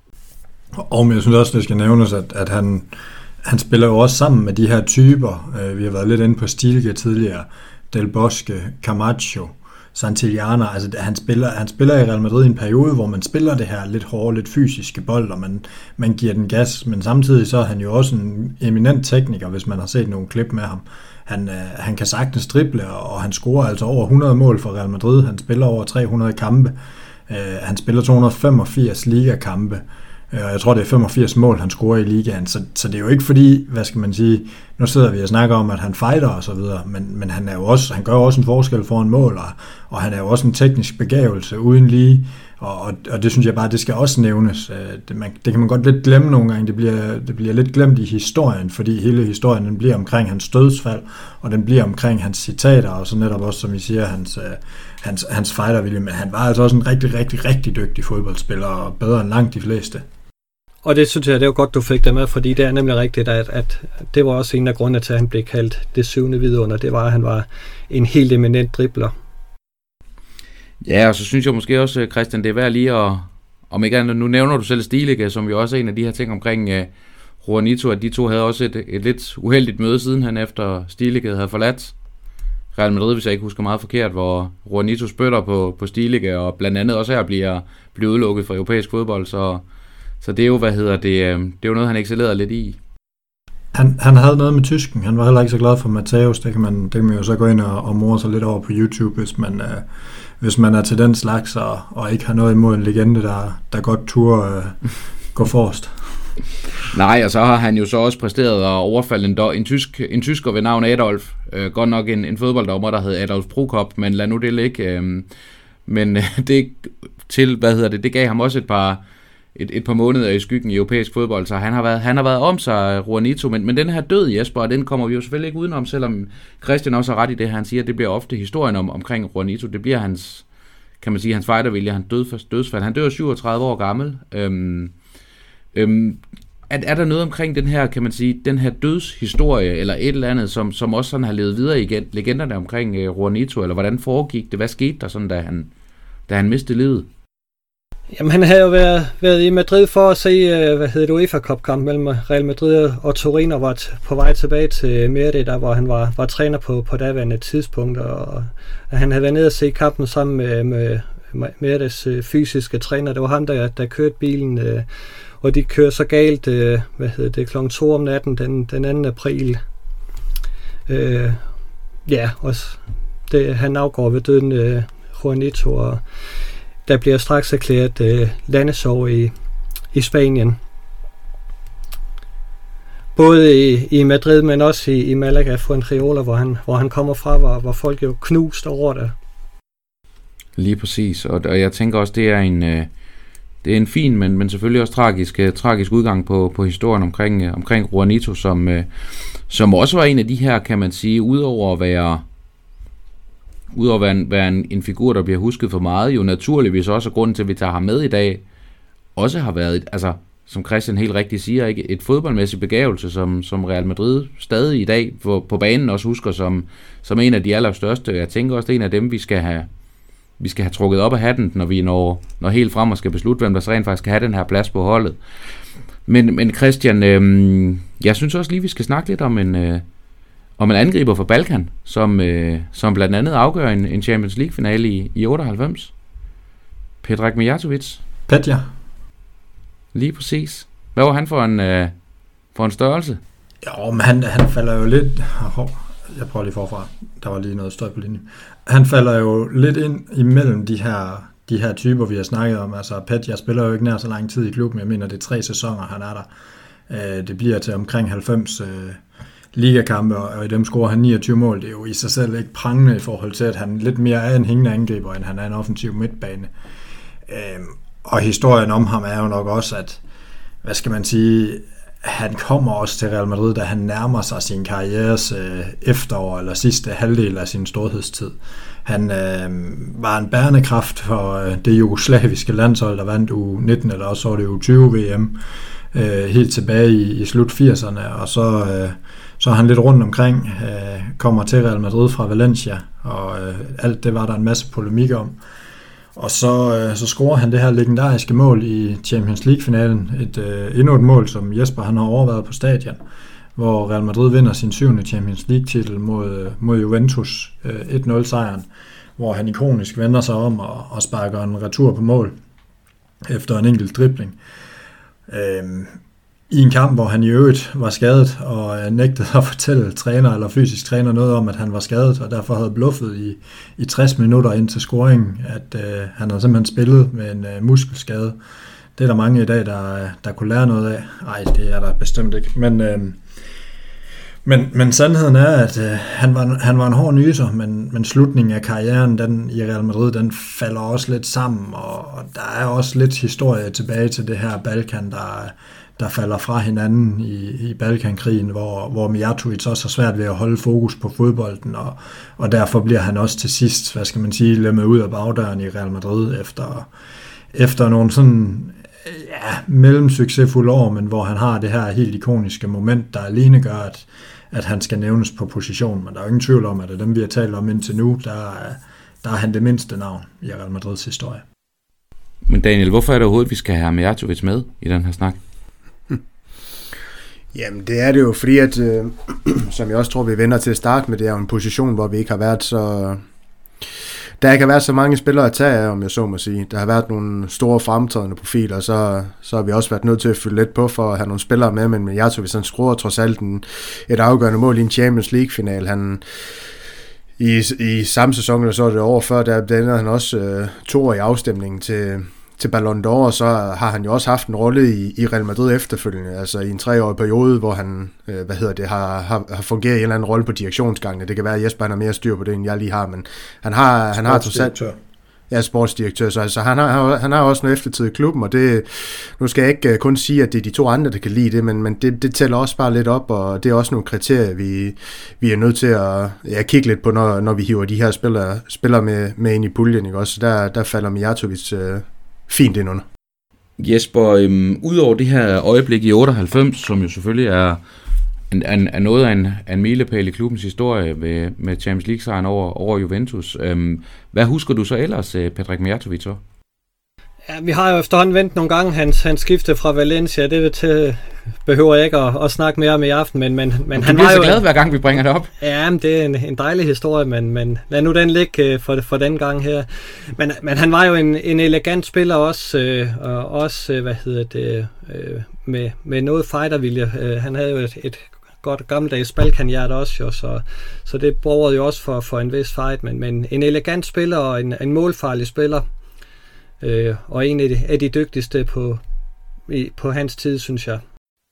Og men jeg synes også, det skal nævnes, at, at han, han spiller jo også sammen med de her typer. Øh, vi har været lidt inde på Stilke tidligere. Del Bosque, Camacho, Santillana. Altså, han, spiller, han spiller i Real Madrid i en periode, hvor man spiller det her lidt hårde, lidt fysiske bold, og man, man giver den gas. Men samtidig så er han jo også en eminent tekniker, hvis man har set nogle klip med ham. Han, øh, han kan sagtens drible, og han scorer altså over hundrede mål for Real Madrid. Han spiller over tre hundrede kampe. Øh, han spiller to hundrede og femogfirs ligakampe. Og jeg tror, det er femogfirs mål, han scorer i ligaen, så, så det er jo ikke fordi, hvad skal man sige, nu sidder vi og snakker om, at han fighter og så videre, men, men han, er jo også, han gør jo også en forskel foran mål, og, og han er jo også en teknisk begævelse uden lige, Og, og, og det synes jeg bare, det skal også nævnes. Det, man, det kan man godt lidt glemme nogle gange. Det bliver, det bliver lidt glemt i historien, fordi hele historien den bliver omkring hans dødsfald, og den bliver omkring hans citater, og så netop også, som I siger, hans, hans, hans fightervilje. Men han var altså også en rigtig, rigtig, rigtig dygtig fodboldspiller, og bedre end langt de fleste. Og det synes jeg, det var godt, du fik det med, fordi det er nemlig rigtigt, at, at det var også en af grundene til, at han blev kaldt det syvende vidunder. Det var, at han var en helt eminent dribler. Ja, og så synes jeg måske også, Christian, det er værd lige at, om ikke andet, nu nævner du selv Stilicke, som jo også er en af de her ting omkring uh, Juanito, at de to havde også et, et lidt uheldigt møde siden han efter Stilicke havde forladt Real Madrid, hvis jeg ikke husker meget forkert, hvor Juanito spytter på, på Stilicke, og blandt andet også her bliver, bliver udelukket fra europæisk fodbold, så, så det er jo, hvad hedder det, det er jo noget, han excellerede lidt i. Han, han havde noget med tysken. Han var heller ikke så glad for Matthäus. Det kan man, det kan man jo så gå ind og, og more sig lidt over på YouTube, hvis man, øh, hvis man er til den slags, og, og ikke har noget imod en legende, der, der godt turde øh, gå forrest. Nej, og så har han jo så også præsteret at overfalde en, do, en, tysk, en tysker ved navn Adolf. Øh, godt nok en, en fodbolddommer, der hed Adolf Prokop, men lad nu det ligge. Øh, men det til, hvad hedder det, det gav ham også et par... Et, et par måneder i skyggen i europæisk fodbold, så han har været, han har været om sig, Juanito, men, men den her død, Jesper, den kommer vi jo selvfølgelig ikke udenom, selvom Christian også har ret i det, han siger, det bliver ofte historien om, omkring Juanito, det bliver hans, kan man sige, hans fightervilje, han død, dødsfald, han dør syvogtredive år gammel. Øhm, øhm, er, er der noget omkring den her, kan man sige, den her dødshistorie, eller et eller andet, som, som også sådan har levet videre igen, legenderne omkring uh, Juanito, eller hvordan foregik det, hvad skete der sådan, da han, da han mistede livet? Jamen, han havde jo været, været i Madrid for at se, hvad hedder det, UEFA Cup-kamp mellem Real Madrid og Torino, og var t- på vej tilbage til Merida, der hvor han var, var træner på, på daværende tidspunkt, og han havde været nede og se kampen sammen med, med, med Meridas fysiske træner. Det var ham, der, der kørte bilen, og de kører så galt, hvad hedder det, klokken to om natten, den, den anden april. Øh, ja, også det, han afgår ved døden, Juanito, og der bliver straks erklæret øh, landesorg i, i Spanien. Både i, i Madrid, men også i, i Malaga, Fuengirola, hvor han, hvor han kommer fra, hvor, hvor folk jo knust over det. Lige præcis, og, og jeg tænker også, det er en, øh, det er en fin, men, men selvfølgelig også tragisk, øh, tragisk udgang på, på historien omkring, øh, omkring Juanito, som, øh, som også var en af de her, kan man sige, udover at være... Udover at være, en, være en, en figur, der bliver husket for meget, jo naturligvis også, og grunden til, at vi tager ham med i dag, også har været, altså, som Christian helt rigtigt siger, ikke, et fodboldmæssigt begævelse, som, som Real Madrid stadig i dag på, på banen også husker som, som en af de allerstørste. Jeg tænker også, det er en af dem, vi skal have, vi skal have trukket op af hatten, når vi når, når helt frem og skal beslutte, hvem der så rent faktisk skal have den her plads på holdet. Men, men Christian, øh, jeg synes også lige, vi skal snakke lidt om en... Øh, om en angriber for Balkan, som, øh, som blandt andet afgør en, en Champions League-finale i, i otteoghalvfems. Predrag Mijatovic. Petja. Lige præcis. Hvad var han for en, øh, for en størrelse? Jo, men han, han falder jo lidt... Oh, jeg prøver lige forfra. Der var lige noget støj på linjen. Han falder jo lidt ind imellem de her, de her typer, vi har snakket om. Altså, Petja spiller jo ikke nær så lang tid i klubben. Jeg mener, det er tre sæsoner, han er der. Øh, det bliver til omkring halvfems... Øh, ligakampe, og i dem scorer han niogtyve mål. Det er jo i sig selv ikke prangende i forhold til, at han lidt mere er en hængende angriber, end han er en offensiv midtbane. Øhm, og historien om ham er jo nok også, at, hvad skal man sige, han kommer også til Real Madrid, da han nærmer sig sin karrieres øh, efterår, eller sidste halvdel af sin storhedstid. Han øh, var en bærende kraft for øh, det jugoslaviske landshold, der vandt U nitten, eller også var det U tyve V M, øh, helt tilbage i, i slut firserne, og så... Øh, Så er han lidt rundt omkring, øh, kommer til Real Madrid fra Valencia, og øh, alt det var der en masse polemik om. Og så, øh, så scorer han det her legendariske mål i Champions League-finalen. Et, øh, endnu et mål, som Jesper han har overvejet på stadion, hvor Real Madrid vinder sin syvende Champions League-titel mod, mod Juventus, øh, et nul sejren, hvor han ikonisk vender sig om og, og sparker en retur på mål efter en enkelt dribling. Øh, I en kamp, hvor han i øvrigt var skadet og nægtede at fortælle træner eller fysisk træner noget om, at han var skadet, og derfor havde bluffet i, i tres minutter ind til scoringen, at øh, han havde simpelthen spillet med en øh, muskelskade. Det er der mange i dag, der, der kunne lære noget af. Nej, det er der bestemt ikke. Men, øh, Men, men sandheden er, at øh, han, var, han var en hård nyser, men, men slutningen af karrieren den, i Real Madrid, den falder også lidt sammen, og, og der er også lidt historie tilbage til det her Balkan, der, der falder fra hinanden i, i Balkankrigen, hvor, hvor Mijatovic også har svært ved at holde fokus på fodbolden, og, og derfor bliver han også til sidst, hvad skal man sige, lemmet ud af bagdøren i Real Madrid, efter, efter nogle sådan ja, mellemsuccesfulde år, men hvor han har det her helt ikoniske moment, der alene gør, at, at han skal nævnes på position. Men der er jo ingen tvivl om, at af dem, vi har talt om indtil nu, der, der er han det mindste navn i Real Madrids historie. Men Daniel, hvorfor er det overhovedet, vi skal have Mijatovic med i den her snak? Jamen, det er det jo, fordi at, øh, som jeg også tror, vi vender til at starte med, det er jo en position, hvor vi ikke har været så... Der ikke har været så mange spillere at tage af, om jeg så må sige. Der har været nogle store fremtrædende profiler, og så, så har vi også været nødt til at fylde lidt på for at have nogle spillere med, men Mijatovic, han skruer trods alt en, et afgørende mål i en Champions League-final. Han, i, I samme sæson, eller så er det år før, der, der ender han også øh, to år i afstemningen til, til Ballon d'Or, og så har han jo også haft en rolle i, i Real Madrid efterfølgende, altså i en treårig periode, hvor han øh, hvad hedder det, har, har, har fungeret i en eller anden rolle på direktionsgangene. Det kan være, at Jesper han har mere styr på det, end jeg lige har, men han har, han har trods alt... Ja, sportsdirektør, så altså, han, har, han har også noget eftertid i klubben, og det, nu skal jeg ikke kun sige, at det er de to andre, der kan lide det, men, men det, det tæller også bare lidt op, og det er også nogle kriterier, vi, vi er nødt til at ja, kigge lidt på, når, når vi hiver de her spillere, spillere med, med ind i puljen, ikke også? Der, der falder Mijatovic øh, fint ind under. Jesper, øhm, udover det her øjeblik i otteoghalvfems, som jo selvfølgelig er, en, en, er noget af en, en milepæl i klubbens historie med, med Champions League-sejren over, over Juventus, øhm, hvad husker du så ellers, Petrik Mijatovic? Ja, vi har jo efterhånden vendt nogle gange hans, hans skifte fra Valencia. Det til, behøver jeg ikke at, at snakke mere om i aften. Men, men, men du han bliver var så jo glad, hver gang vi bringer det op. Ja, men det er en, en dejlig historie, men, men lad nu den ligge for, for den gang her. Men, men han var jo en, en elegant spiller også, øh, og også hvad hedder det, øh, med, med noget fightervilje. Øh, han havde jo et, et godt gammeldags Balkan-hjerte også, jo, så, så det borgede jo også for, for en vis fight. Men, men en elegant spiller og en, en målfarlig spiller. Øh, og en af de, af de dygtigste på, i, på hans tid, synes jeg.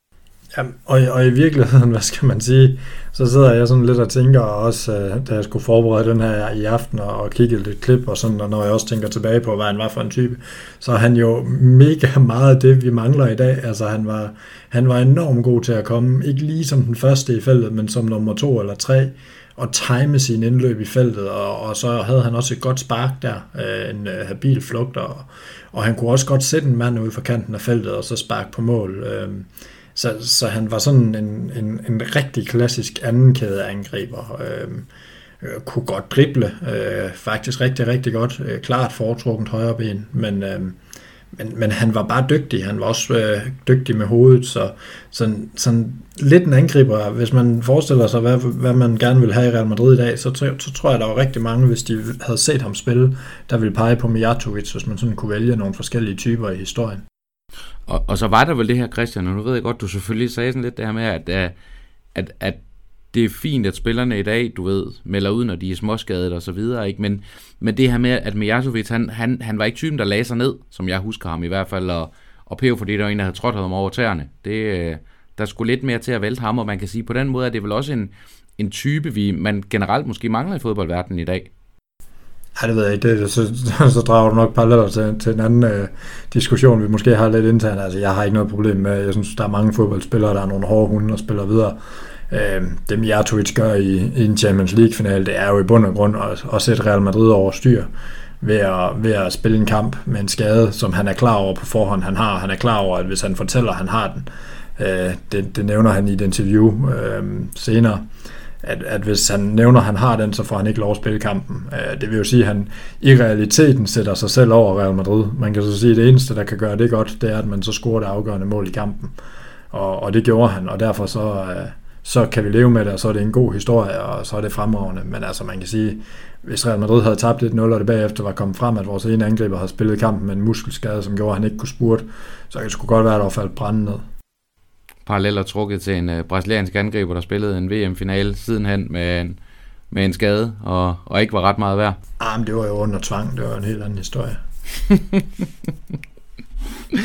Ja, og, og i virkeligheden, hvad skal man sige, så sidder jeg sådan lidt og tænker også, da jeg skulle forberede den her i aften og, og kigge lidt klip og sådan, og når jeg også tænker tilbage på, hvad han var for en type, så er han jo mega meget det, vi mangler i dag. Altså han var, han var enormt god til at komme, ikke lige som den første i feltet, men som nummer to eller tre, og time sin indløb i feltet, og, og så havde han også et godt spark der, øh, en øh, habil flugt, og, og han kunne også godt sætte en mand ud for kanten af feltet, og så sparke på mål. Øh, så, så han var sådan en, en, en rigtig klassisk andenkædeangriber, øh, øh, kunne godt drible, øh, faktisk rigtig, rigtig godt, øh, klart foretrukket højre ben, men... Øh, Men, men han var bare dygtig, han var også øh, dygtig med hovedet, så sådan, sådan lidt en angriber. Hvis man forestiller sig, hvad, hvad man gerne vil have i Real Madrid i dag, så, så tror jeg, der var rigtig mange, hvis de havde set ham spille, der ville pege på Mijatovic, hvis man sådan kunne vælge nogle forskellige typer i historien. Og, og så var der vel det her, Christian, og nu ved jeg godt, du selvfølgelig sagde sådan lidt det her med, at, at, at det er fint, at spillerne i dag, du ved, melder ud, når de er småskadet og så videre, ikke? Men, men det her med, at Mijatovic, han, han, han var ikke typen, der lagde sig ned, som jeg husker ham i hvert fald, og, og P O, fordi der var en, der havde trådt ham over tæerne. Det, der skulle lidt mere til at vælte ham, og man kan sige, på den måde er det vel også en, en type, vi, man generelt måske mangler i fodboldverdenen i dag. Ja, det ved jeg ikke. Det, så, så drager du nok paralleller til, til en anden øh, diskussion, vi måske har lidt internt. Altså, jeg har ikke noget problem med, jeg synes, der er mange fodboldspillere, der er nogle hårde hunde og spiller videre. Øh, det Mijatovic gør i, i en Champions League-finale, det er jo i bund og grund at, at sætte Real Madrid over styr ved at, ved at spille en kamp med en skade, som han er klar over på forhånd. Han har, han er klar over, at hvis han fortæller, at han har den, øh, det, det nævner han i et interview øh, senere, at, at hvis han nævner, at han har den, så får han ikke lov at spille kampen. Øh, det vil jo sige, at han i realiteten sætter sig selv over Real Madrid. Man kan så sige, at det eneste, der kan gøre det godt, det er, at man så scorer det afgørende mål i kampen. Og, og det gjorde han, og derfor så... Øh, så kan vi leve med det, og så er det en god historie, og så er det fremragende. Men altså, man kan sige, hvis Real Madrid havde tabt et nul, og det bagefter var kommet frem, at vores ene angriber havde spillet kampen med en muskelskade, som gjorde, at han ikke kunne spurte, så kan det sgu godt være, at der faldt brænde ned. Paralleller trukket til en uh, brasiliansk angriber, der spillede en V M-finale sidenhen med en, med en skade, og, og ikke var ret meget værd. Ah, men det var jo under tvang, det var en helt anden historie.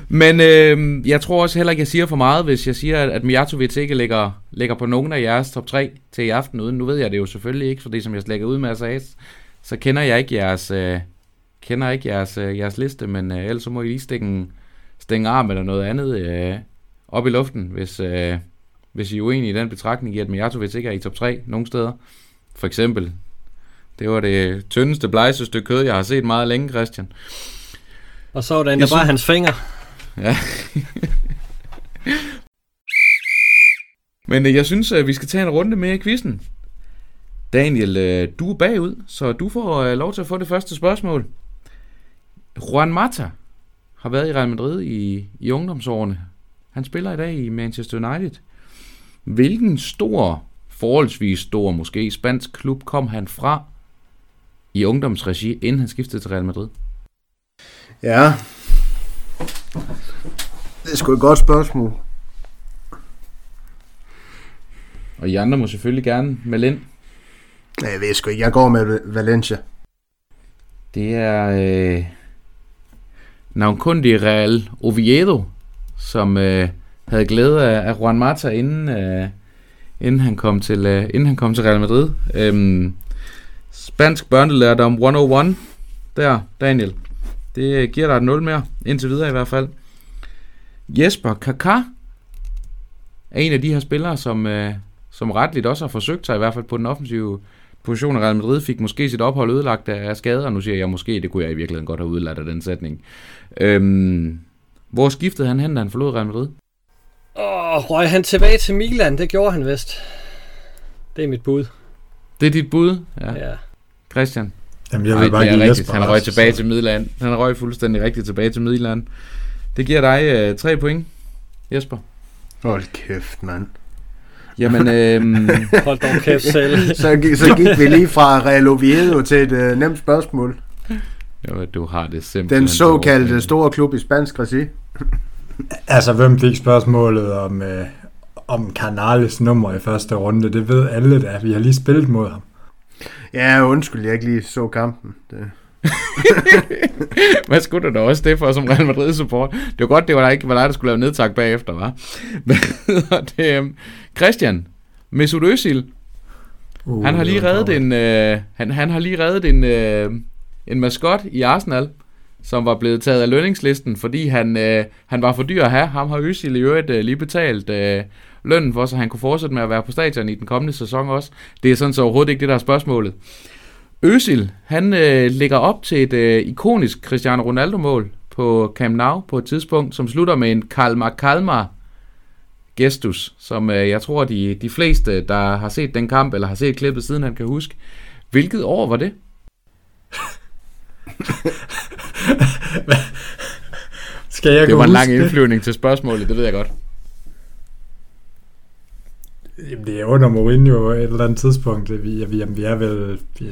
Men øh, jeg tror også heller ikke, jeg siger for meget, hvis jeg siger, at, at Mijatovic ikke ligger, ligger på nogen af jeres top tre til i aften uden. Nu ved jeg det jo selvfølgelig ikke, for det som jeg slækker ud med at sige, så kender jeg ikke jeres, øh, kender ikke jeres, øh, jeres liste, men øh, ellers så må I lige stikke en, stikke en arm eller noget andet øh, op i luften, hvis, øh, hvis I er uenige i den betragtning i, at Mijatovic ikke er i top tre nogen steder. For eksempel, det var det tyndeste, blegeste stykke kød, jeg har set meget længe, Christian. Og så var det endda bare hans fingre. Ja. Men øh, jeg synes, at vi skal tage en runde mere i quizzen. Daniel, øh, du er bagud, så du får øh, lov til at få det første spørgsmål. Juan Mata har været i Real Madrid i, i ungdomsårene. Han spiller i dag i Manchester United. Hvilken stor, forholdsvis stor, måske spansk klub kom han fra i ungdomsregi, inden han skiftede til Real Madrid? Ja, det er sgu et godt spørgsmål. Og I andre må selvfølgelig gerne melde ind. Jeg ved sgu ikke, jeg går med Valencia. Det er øh, navnkundig Real Oviedo, som øh, havde glæde af, af Juan Mata, inden, øh, inden, han kom til, øh, inden han kom til Real Madrid. Øhm, spansk børnelærdom et nul et, der, Daniel. Det giver dig et nul mere, indtil videre i hvert fald. Jesper, Kaká er en af de her spillere, som, øh, som retligt også har forsøgt sig, i hvert fald på den offensive position af Real Madrid, fik måske sit ophold ødelagt af skader. Nu siger jeg måske, det kunne jeg i virkeligheden godt have udladt af den sætning. Øhm, hvor skiftede han hen, da han forlod Real Madrid? Åh, oh, røg han tilbage til Milan? Det gjorde han vist. Det er mit bud. Det er dit bud? Ja. Ja. Christian? Jamen, jeg vil bare give Jesper. Han røg tilbage så. til Midland. Han røg fuldstændig rigtigt tilbage til Midland. Det giver dig øh, tre point, Jesper. Hold kæft, mand. Jamen, øhm... hold dog kæft selv. så, så gik vi lige fra Real Oviedo til et øh, nemt spørgsmål. Jo, du har det simpelthen. Den såkaldte store klub i spansk regi. Altså, hvem fik spørgsmålet om, øh, om Canales nummer i første runde? Det ved alle, der vi har lige spillet mod ham. Ja, undskyld, jeg ikke lige så kampen. Det. Hvad skulle du da også det for som Real Madrid support? Det var godt, det var der ikke var dig, der skulle lave nedtak bagefter, hva'? det, um, Christian, Mesut Özil, uh, han har lige reddet en, uh, han, han har lige reddet en, uh, en maskot i Arsenal, som var blevet taget af lønningslisten, fordi han, uh, han var for dyr at have. Ham har Özil i øvrigt uh, lige betalt uh, lønnen for, så han kunne fortsætte med at være på stadion i den kommende sæson også. Det er sådan så overhovedet ikke det, der er spørgsmålet. Özil, han øh, ligger op til et øh, ikonisk Cristiano Ronaldo-mål på Camp Nou på et tidspunkt, som slutter med en Kalmar Kalmar gestus, som øh, jeg tror, de, de fleste, der har set den kamp, eller har set klippet siden, han kan huske. Hvilket år var det? Skal jeg det var en lang det? indflyvning til spørgsmålet, det ved jeg godt. Jamen, det er under Mourinho et eller andet tidspunkt. Vi, vi, vi er vel... Vi,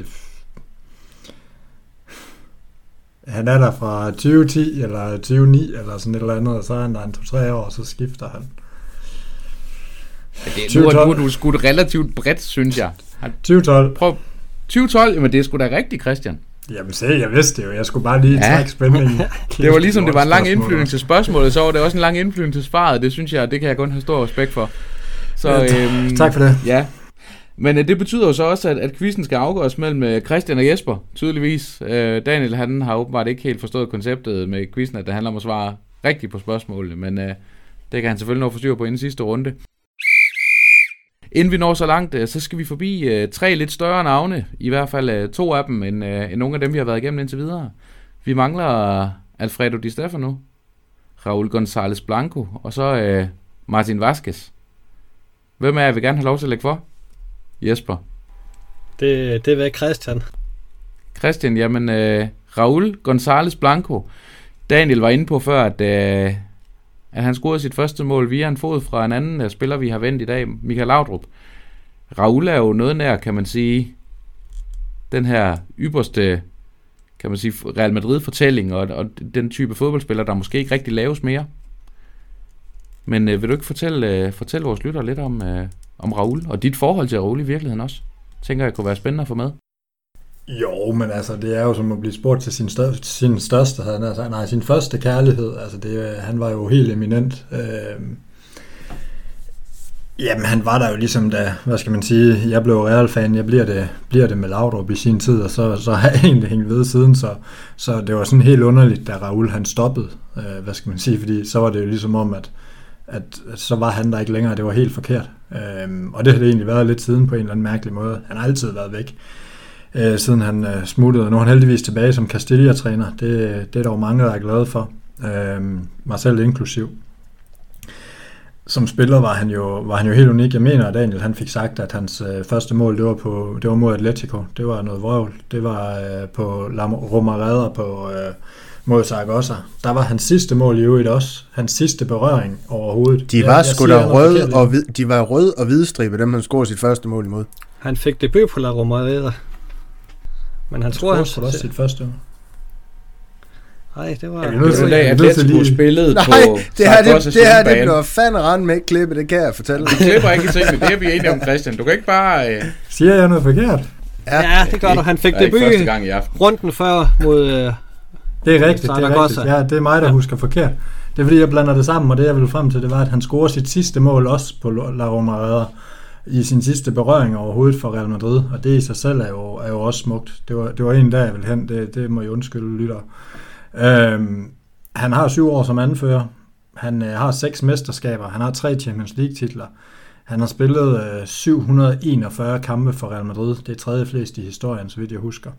han er der fra tyve ti eller tyve ni eller sådan et eller andet, og så er han der en to-tre år, og så skifter han. Ja, det, nu, er, nu er du skudt relativt bredt, synes jeg. tyve tolv. Prøv. tyve tolv, jamen det er sgu da rigtigt, Christian. Jamen se, jeg vidste det jo. Jeg skulle bare lige ja. trække spændingen. Det var ligesom, det var en lang indflyvning til spørgsmålet, så var det også en lang indflyvning til svaret. Det synes jeg, det kan jeg kun have stor respekt for. Så, ja, øhm, tak for det. Ja. Men øh, det betyder jo så også, at, at quizzen skal afgøres mellem øh, Christian og Jesper, tydeligvis. Øh, Daniel, han har åbenbart ikke helt forstået konceptet med quizzen, at det handler om at svare rigtigt på spørgsmålene, men øh, det kan han selvfølgelig nå forstyr på inden sidste runde. Inden vi når så langt, øh, så skal vi forbi øh, tre lidt større navne, i hvert fald øh, to af dem, end, øh, end nogle af dem, vi har været igennem indtil videre. Vi mangler Alfredo Di Stefano, Raúl González Blanco, og så øh, Martin Vázquez. Hvem er jeg vil gerne have lov til at lægge for? Jesper. Det, det er Christian. Christian, jamen øh, Raúl González Blanco. Daniel var inde på før, at, øh, at han scorede sit første mål via en fod fra en anden uh, spiller, vi har vendt i dag, Michael Laudrup. Raúl er jo noget nær, kan man sige, den her ypperste, kan man sige, Real Madrid-fortælling, og, og den type fodboldspiller, der måske ikke rigtig laves mere. Men øh, vil du ikke fortælle, øh, fortælle vores lyttere lidt om, øh, om Raúl, og dit forhold til Raúl i virkeligheden også? Tænker jeg kunne være spændende at få med. Jo, men altså, det er jo som at blive spurgt til sin, stør- sin største, han altså, nej, sin første kærlighed. Altså, det, han var jo helt eminent. Øh, jamen, han var der jo ligesom da, hvad skal man sige, jeg blev Real-fan, jeg bliver det, bliver det med Laudrup i sin tid, og så, så har jeg egentlig hængt ved siden, så, så det var sådan helt underligt, da Raul han stoppede, øh, hvad skal man sige, fordi så var det jo ligesom om, at, at, at så var han der ikke længere, det var helt forkert. Øh, og det har det egentlig været lidt siden på en eller anden mærkelig måde. Han har altid været væk. Øh, siden han øh, smuttede, og nu er han heldigvis tilbage som Castilla-træner. Det, det er der jo mange, der er glade for. Øh, mig selv inklusiv. Som spiller var han, jo, var han jo helt unik. Jeg mener, at Daniel han fik sagt, at hans øh, første mål, det var, på, det var mod Atletico. Det var noget vrøvl. Det var øh, på La Romareda på, øh, mod Zaragoza. Der var hans sidste mål i øvrigt også. Hans sidste berøring overhovedet. De var sgu da røde og, hvid, de var rød og hvidstribe, dem han scorede sit første mål imod. Han fik debut på La Romareda. Men han tror, han scorede også sit første mål. Nej, det var... Ja, det var en dag, Atletico spillede på... Nej, det her, det, det her, det bliver fandme rende med klippe, det kan jeg fortælle. Du klipper ikke i tingene, det er vi enige om, Christian. Du kan ikke bare... Øh... Siger jeg noget forkert? Ja, ja det gør du. Han fik debut runden før mod... Øh, det er rigtigt, det er rigtigt. Ja, det er mig, der ja. husker forkert. Det er fordi, jeg blander det sammen, og det jeg ville frem til, det var, at han scorede sit sidste mål også på La Romareda i sin sidste berøring overhovedet for Real Madrid, og det i sig selv er jo, er jo også smukt. Det var, det var en dag, jeg ville hen, det, det må jeg undskylde, lytter. Øhm, han har syv år som anfører, han øh, har seks mesterskaber, han har tre Champions League titler, han har spillet øh, syv hundrede og enogfyrre kampe for Real Madrid, det er tredje flest i historien, så vidt jeg husker.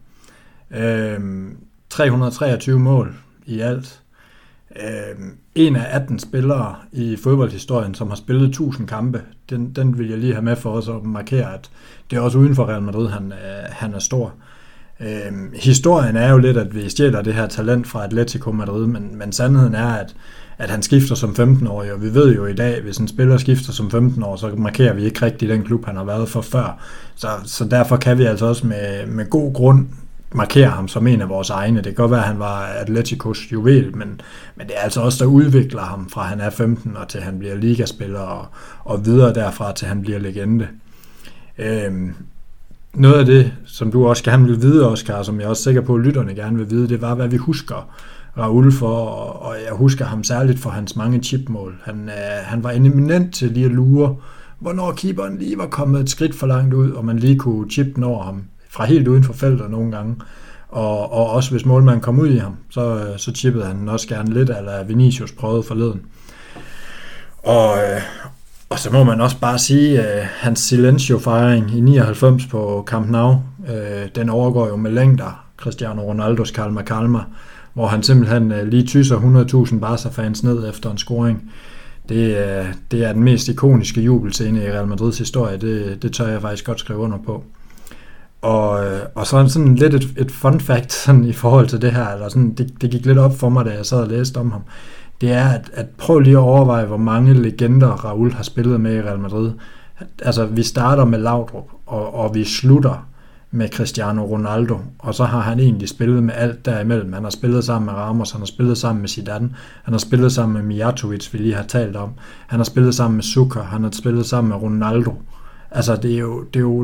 Øhm, tre hundrede og treogtyve mål i alt. Øhm, en af atten spillere i fodboldhistorien, som har spillet tusind kampe, den, den vil jeg lige have med for os at markere, at det er også uden for Real Madrid, han, øh, han er stor. Øhm, historien er jo lidt, at vi stjæler det her talent fra Atletico Madrid, men, men sandheden er, at, at han skifter som femten-årig, og vi ved jo i dag, hvis en spiller skifter som femten-årig, så markerer vi ikke rigtig den klub, han har været for før. Så, så derfor kan vi altså også med, med god grund markere ham som en af vores egne. Det kan godt være, at han var Atleticos juvel, men, men det er altså også der udvikler ham fra han er femten og til han bliver ligaspiller, og, og videre derfra til han bliver legende. Øhm, Noget af det, som du også gerne vil vide, Oscar, som jeg er også sikker på, at lytterne gerne vil vide, det var, hvad vi husker Raul for, og jeg husker ham særligt for hans mange chipmål. Han, øh, han var eminent til lige at lure, hvornår keeperen lige var kommet et skridt for langt ud, og man lige kunne chippe den over ham, fra helt uden for feltet nogle gange. Og, og også hvis målmanden kom ud i ham, så, så chippede han også gerne lidt, eller Vinicius prøvede forleden. Og... Øh, Og så må man også bare sige, at uh, hans Silencio-fejring i nioghalvfems på Camp Nou, uh, den overgår jo med længder Cristiano Ronaldos Calma Calma, hvor han simpelthen uh, lige tysser hundrede tusind Barca-fans ned efter en scoring. Det, uh, det er den mest ikoniske jubelscene i Real Madrids historie, det, det tør jeg faktisk godt skrive under på. Og, uh, og så sådan lidt et, et fun fact sådan, i forhold til det her, eller sådan, det, det gik lidt op for mig, da jeg sad og læste om ham. Det er at, at prøve lige at overveje, hvor mange legender Raul har spillet med i Real Madrid. Altså, vi starter med Laudrup, og, og vi slutter med Cristiano Ronaldo, og så har han egentlig spillet med alt derimellem. Han har spillet sammen med Ramos, han har spillet sammen med Zidane, han har spillet sammen med Mijatovic, vi lige har talt om. Han har spillet sammen med Zucker, han har spillet sammen med Ronaldo. Altså, det er jo, det er jo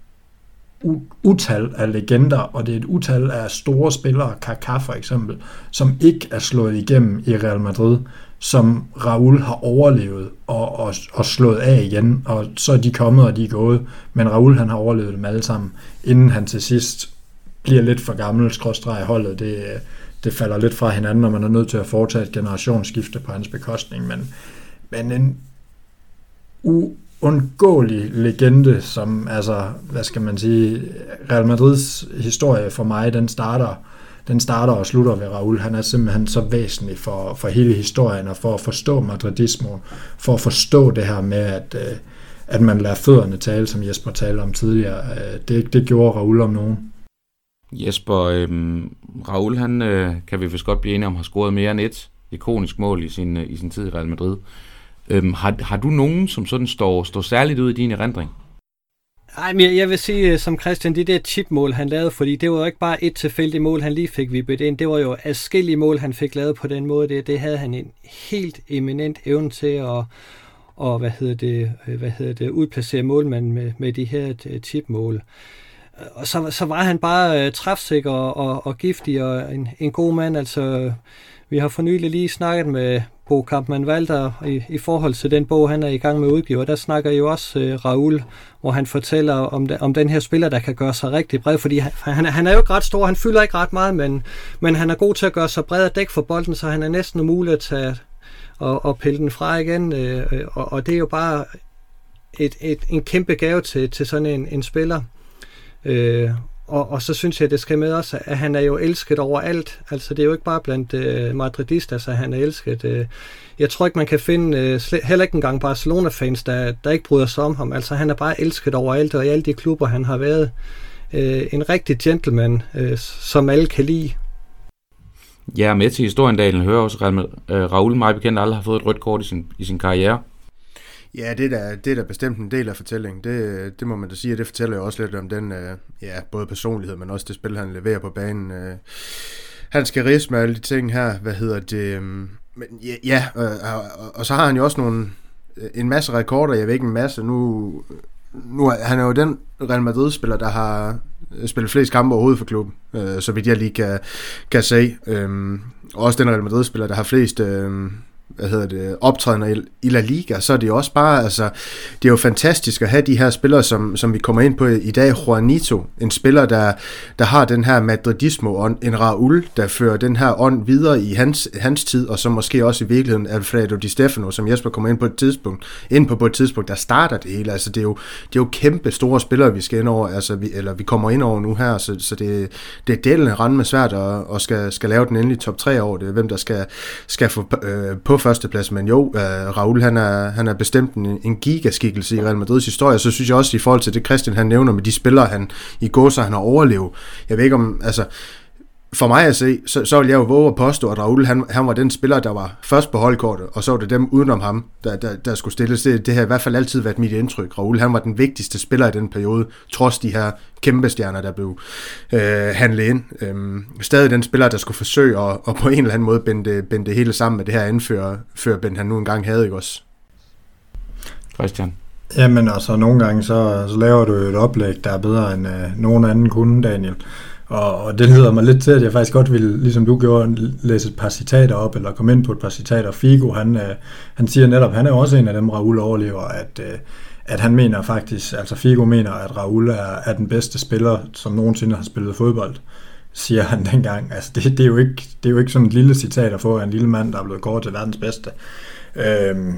utal af legender, og det er et utal af store spillere, Kaká for eksempel, som ikke er slået igennem i Real Madrid, som Raul har overlevet og, og, og slået af igen, og så er de kommet, og de er gået, men Raul han har overlevet dem alle sammen, inden han til sidst bliver lidt for gammel, skråstreg holdet, det, det falder lidt fra hinanden, og man er nødt til at foretage et generationsskifte på hans bekostning, men, men en u undgåelig legende, som, altså, hvad skal man sige, Real Madrids historie for mig, den starter, den starter og slutter ved Raul. Han er simpelthen så væsentlig for, for hele historien, og for at forstå madridismo, for at forstå det her med, at, at man lader fødderne tale, som Jesper talte om tidligere. Det, det gjorde Raul om nogen. Jesper, øhm, Raul, han øh, kan vi vist godt blive enige om, har scoret mere end et ikonisk mål i sin, i sin tid i Real Madrid. Øhm, har, har du nogen, som sådan står, står særligt ud i din erindring? Nej, men jeg vil sige, som Christian, det der chipmål, han lavede, fordi det var jo ikke bare et tilfældigt mål, han lige fik vippet ind. Det var jo adskillige mål, han fik lavet på den måde. Det, det havde han en helt eminent evne til at og, hvad hedder det, hvad hedder det, udplacere målmanden med, med de her chipmål. og så, så var han bare øh, træfsikker og, og, og giftig og en, en god mand. Altså, vi har for nylig lige snakket med Bo Kampmann-Walter i, i forhold til den bog, han er i gang med at udgive. Der snakker jo også øh, Raul, hvor han fortæller om, de, om den her spiller, der kan gøre sig rigtig bred, fordi han, han, han er jo ikke ret stor, han fylder ikke ret meget, men, men han er god til at gøre sig bred og dække for bolden, så han er næsten umulig at tage og, og pille den fra igen. Øh, og, og det er jo bare et, et, en kæmpe gave til, til sådan en, en spiller. Øh, Og, og så synes jeg, det skal med også, at han er jo elsket overalt. Altså, det er jo ikke bare blandt øh, madridistas, så han er elsket. Øh, jeg tror ikke, man kan finde, øh, slet, heller ikke engang Barcelona-fans, der, der ikke bryder sig om ham. Altså, han er bare elsket overalt, og i alle de klubber, han har været. Øh, en rigtig gentleman, øh, som alle kan lide. Ja, med til historiendalen hører også, at øh, Raul mig bekendt aldrig har fået et rødt kort i sin, i sin karriere. Ja, det er, da, det er da bestemt en del af fortællingen. Det, det må man da sige, og det fortæller jo også lidt om den, øh, ja, både personlighed, men også det spil, han leverer på banen. Øh, hans karisme og alle de ting her, hvad hedder det? Øh, men ja, ja øh, og, og så har han jo også nogle, en masse rekorder, jeg ved ikke en masse. Nu, nu han er jo den Real Madrid-spiller, der har spillet flest kampe overhovedet for klubben, øh, så vidt jeg lige kan, kan se. Øh, også den Real Madrid-spiller, der har flest... Øh, hvad hedder det, optrædener i La Liga, så er det jo også bare, altså, det er jo fantastisk at have de her spillere, som, som vi kommer ind på i dag. Juanito, en spiller, der, der har den her madridismo-ånd, en Raul, der fører den her ånd videre i hans, hans tid, og så måske også i virkeligheden Alfredo Di Stefano, som Jesper kommer ind på et tidspunkt, ind på på et tidspunkt, der starter det hele. Altså, det er jo, det er jo kæmpe store spillere, vi skal ind over, altså, vi, eller vi kommer ind over nu her, så, så det, det er delende rende med svært, og, og skal, skal lave den endelige top tre over det, hvem der skal, skal få øh, på førsteplads, men jo, uh, Raul, han er, han er bestemt en, en gigaskikkelse i Real Madrids historie, så synes jeg også i forhold til det, Christian han nævner med de spillere, han i går så han har overlevet. Jeg ved ikke om, altså, for mig at se, så, så vil jeg jo våge at påstå, at Raul, han, han var den spiller, der var først på holdkortet, og så var det dem udenom ham, der, der, der skulle stilles. Det, det har i hvert fald altid været mit indtryk. Raul, han var den vigtigste spiller i den periode, trods de her kæmpe stjerner, der blev øh, handlet ind. Øhm, stadig den spiller, der skulle forsøge at, at på en eller anden måde binde, binde det hele sammen med det her anførerbind, han nu engang havde, ikke også? Christian? Jamen altså, nogle gange så, så laver du et oplæg, der er bedre end øh, nogen anden kunne, Daniel. Og, og det leder mig lidt til, at jeg faktisk godt ville, ligesom du gjorde, læse et par citater op, eller komme ind på et par citater. Figo, han, øh, han siger netop, han er også en af dem, Raul overlever, at, øh, at han mener faktisk, altså Figo mener, at Raul er, er den bedste spiller, som nogensinde har spillet fodbold, siger han dengang. Altså det, det, er, jo ikke, det er jo ikke sådan et lille citat at få af en lille mand, der er blevet kåret til verdens bedste. Øhm,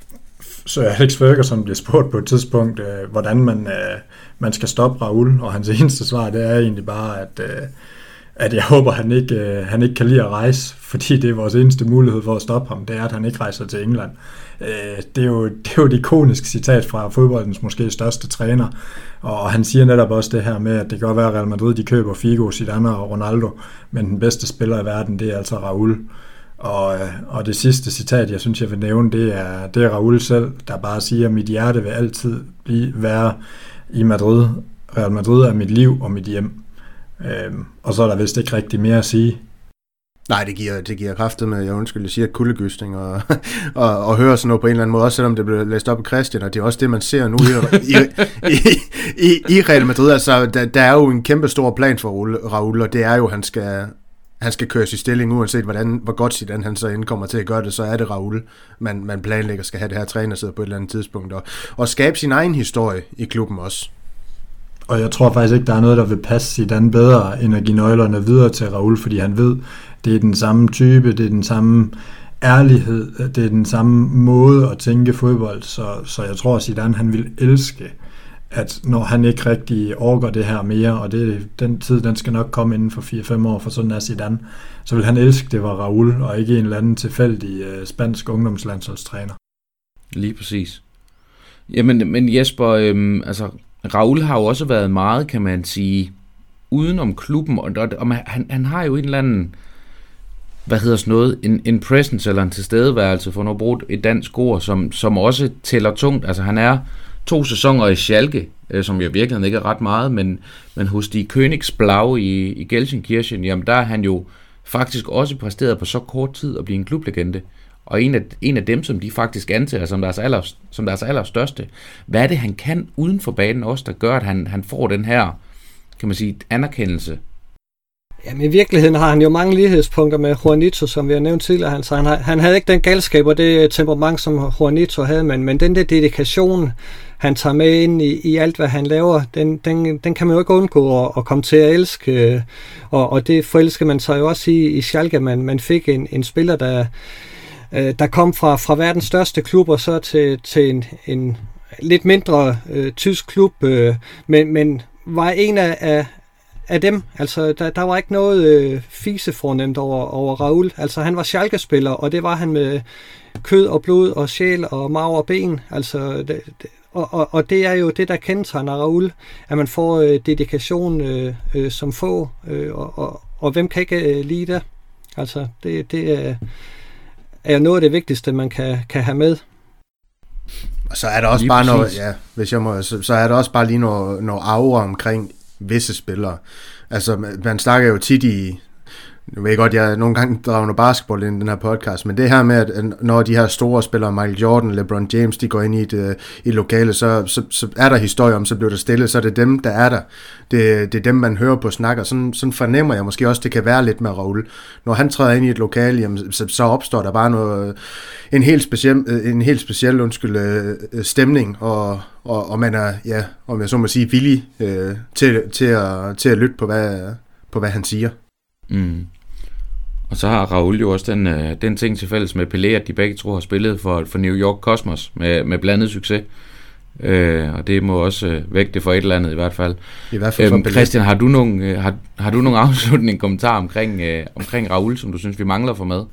Så Alex Ferguson bliver spurgt på et tidspunkt, øh, hvordan man, øh, man skal stoppe Raul, og hans eneste svar, det er egentlig bare, at, øh, at jeg håber, han ikke, øh, han ikke kan lide at rejse, fordi det er vores eneste mulighed for at stoppe ham, det er, at han ikke rejser til England. Øh, det, er jo, det er jo et ikonisk citat fra fodboldens måske største træner, og han siger netop også det her med, at det kan godt være, at Real Madrid de køber Figo, Zidane og Ronaldo, men den bedste spiller i verden, det er altså Raul. Og, og det sidste citat, jeg synes, jeg vil nævne, det er, det er Raul selv, der bare siger, at mit hjerte vil altid blive, være i Madrid. Real Madrid er mit liv og mit hjem. Øhm, og så er der vist ikke rigtig mere at sige. Nej, det giver, det giver kraftet med, jeg undskyld, jeg siger kuldegysning og, og, og høre sådan noget på en eller anden måde, også selvom det blev læst op i Christian, og det er også det, man ser nu i, i, i, i, i Real Madrid. Altså, der, der er jo en kæmpe stor plan for Raul, og det er jo, han skal... Han skal køres i stilling, uanset hvordan, hvor godt Zidane han så indkommer til at gøre det, så er det Raul, man, man planlægger skal have det her trænersæde på et eller andet tidspunkt, og, og skabe sin egen historie i klubben også. Og jeg tror faktisk ikke, der er noget, der vil passe Zidane bedre, end at give nøglerne videre til Raul, fordi han ved, det er den samme type, det er den samme ærlighed, det er den samme måde at tænke fodbold, så, så jeg tror, at Zidane han vil elske, at når han ikke rigtig orker det her mere, og det, den tid, den skal nok komme inden for fire fem år, for sådan er Zidane, så vil han elske, det var Raul, og ikke en eller anden tilfældig uh, spansk ungdomslandsholdstræner. Lige præcis. Jamen, men Jesper, øhm, altså, Raul har jo også været meget, kan man sige, udenom klubben, og, og man, han, han har jo en eller anden, hvad hedder sådan noget, en, en presence, eller en tilstedeværelse, for at bruge et dansk ord, som, som også tæller tungt. Altså, han er to sæsoner i Schalke, øh, som jo virkelig ikke er ret meget, men, men hos de Königsblau i, i Gelsenkirchen, jamen der er han jo faktisk også præsteret på så kort tid at blive en klublegende. Og en af, en af dem, som de faktisk antager som deres, aller, som deres allerstørste. Hvad er det, han kan uden for banen også, der gør, at han, han får den her kan man sige, anerkendelse? Jamen i virkeligheden har han jo mange lighedspunkter med Juanito, som vi har nævnt tidligere. Altså, han, han havde ikke den galskab og det temperament, som Juanito havde, men, men den der dedikation, han tager med ind i, i alt, hvad han laver, den, den, den kan man jo ikke undgå at, at komme til at elske. Og, og det forelsker man sig jo også i, i Schalke. Man, man fik en, en spiller, der, der kom fra, fra verdens største klub og så til, til en, en lidt mindre øh, tysk klub, øh, men, men var en af, af af dem. Altså, der, der var ikke noget øh, fisefornemt over, over Raúl. Altså, han var Schalke-spiller, og det var han med kød og blod og sjæl og marv og ben. Altså, det, det, og, og, og det er jo det, der kendetegner Raúl, at man får øh, dedikation øh, øh, som få, øh, og, og, og hvem kan ikke øh, lide det? Altså, det, det øh, er jo noget af det vigtigste, man kan, kan have med. Og så er der også lige bare noget, ja, hvis jeg må, så, så er der også bare lige noget, noget aura omkring visse spillere. Altså, man snakker jo tit i, nu ved jeg godt, jeg nogle gange drager noget basketball ind i den her podcast, men det her med, at når de her store spillere, Michael Jordan, LeBron James, de går ind i et, i et lokale, så, så, så er der historie om, så bliver der stille, så er det dem, der er der. Det, det er dem, man hører på snakker. Sådan, sådan fornemmer jeg måske også, det kan være lidt med Raúl. Når han træder ind i et lokale, jamen, så, så opstår der bare noget, en helt speciel, en helt speciel undskyld, stemning, og, og, og man er, ja, om jeg så må sige, villig øh, til, til, at, til at lytte på, hvad, på, hvad han siger. Mm. Og så har Raúl jo også den, øh, den ting til fælles med Pelé, at de begge to har spillet for, for New York Cosmos med, med blandet succes. Øh, og det må også øh, vægte det for et eller andet i hvert fald. I hvert fald for øhm, Christian, har du nogle, øh, har, har du nogle afslutning kommentarer omkring, øh, omkring Raúl, som du synes, vi mangler for med?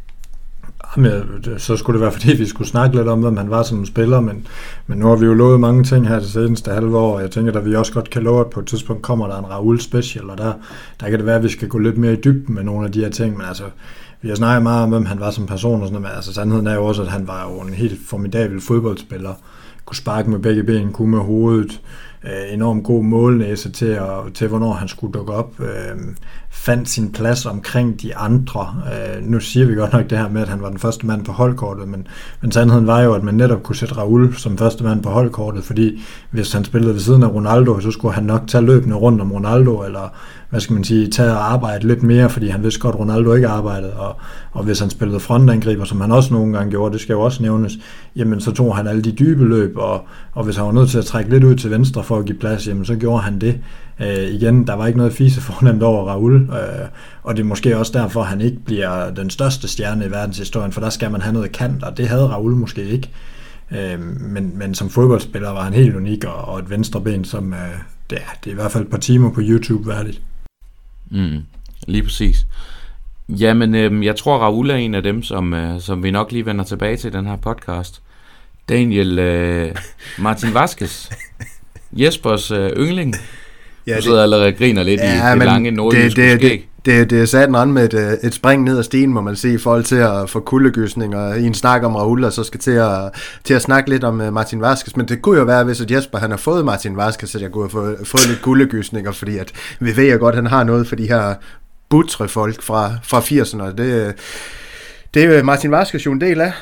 Jamen, så skulle det være, fordi vi skulle snakke lidt om, hvem han var som spiller, men, men nu har vi jo lovet mange ting her det seneste halve år, og jeg tænker, at vi også godt kan love, at på et tidspunkt kommer der en Raúl special, og der, der kan det være, at vi skal gå lidt mere i dybden med nogle af de her ting, men altså, vi har snakket meget om, hvem han var som person og sådan noget, men altså, sandheden er jo også, at han var jo en helt formidabel fodboldspiller, kunne sparke med begge ben, kunne med hovedet, øh, enormt god målnæse til, at, til, hvornår han skulle dukke op, øh, fandt sin plads omkring de andre. Øh, nu siger vi godt nok det her med, at han var den første mand på holdkortet, men, men sandheden var jo, at man netop kunne sætte Raúl som første mand på holdkortet, fordi hvis han spillede ved siden af Ronaldo, så skulle han nok tage løbende rundt om Ronaldo, eller hvad skal man sige, tage og arbejde lidt mere, fordi han vidste godt, at Ronaldo ikke arbejdede, og, og hvis han spillede frontangriber, som han også nogle gange gjorde, det skal jo også nævnes, jamen så tog han alle de dybe løb, og, og hvis han var nødt til at trække lidt ud til venstre for at give plads, jamen så gjorde han det. Øh, igen, der var ikke noget fise fornemt over Raúl, øh, og det er måske også derfor, at han ikke bliver den største stjerne i verdenshistorien, for der skal man have noget kant, og det havde Raúl måske ikke. Øh, men, men som fodboldspiller var han helt unik, og, og et venstreben, som øh, det, det er i hvert fald et par timer på YouTube værdigt. Mm, lige præcis. Jamen, øh, jeg tror, Raúl er en af dem, som, øh, som vi nok lige vender tilbage til i den her podcast. Daniel, øh, Martin Vázquez, Jespers øh, yndling. Ja, du sidder allerede og griner lidt ja, i det lange nordjyske skæg. Det, det, det er satan rand med et, et spring ned ad stien, må man sige, i forhold til at få kuldegysninger i en snak om Raúl, og så skal til at, til at snakke lidt om Martin Vázquez. Men det kunne jo være, hvis at Jesper han har fået Martin Vázquez, så jeg kunne have fået, fået lidt kuldegysninger, fordi at vi ved jo godt, at han har noget for de her butre folk fra, fra firserne. Det, det er Martin Vázquez jo en del af.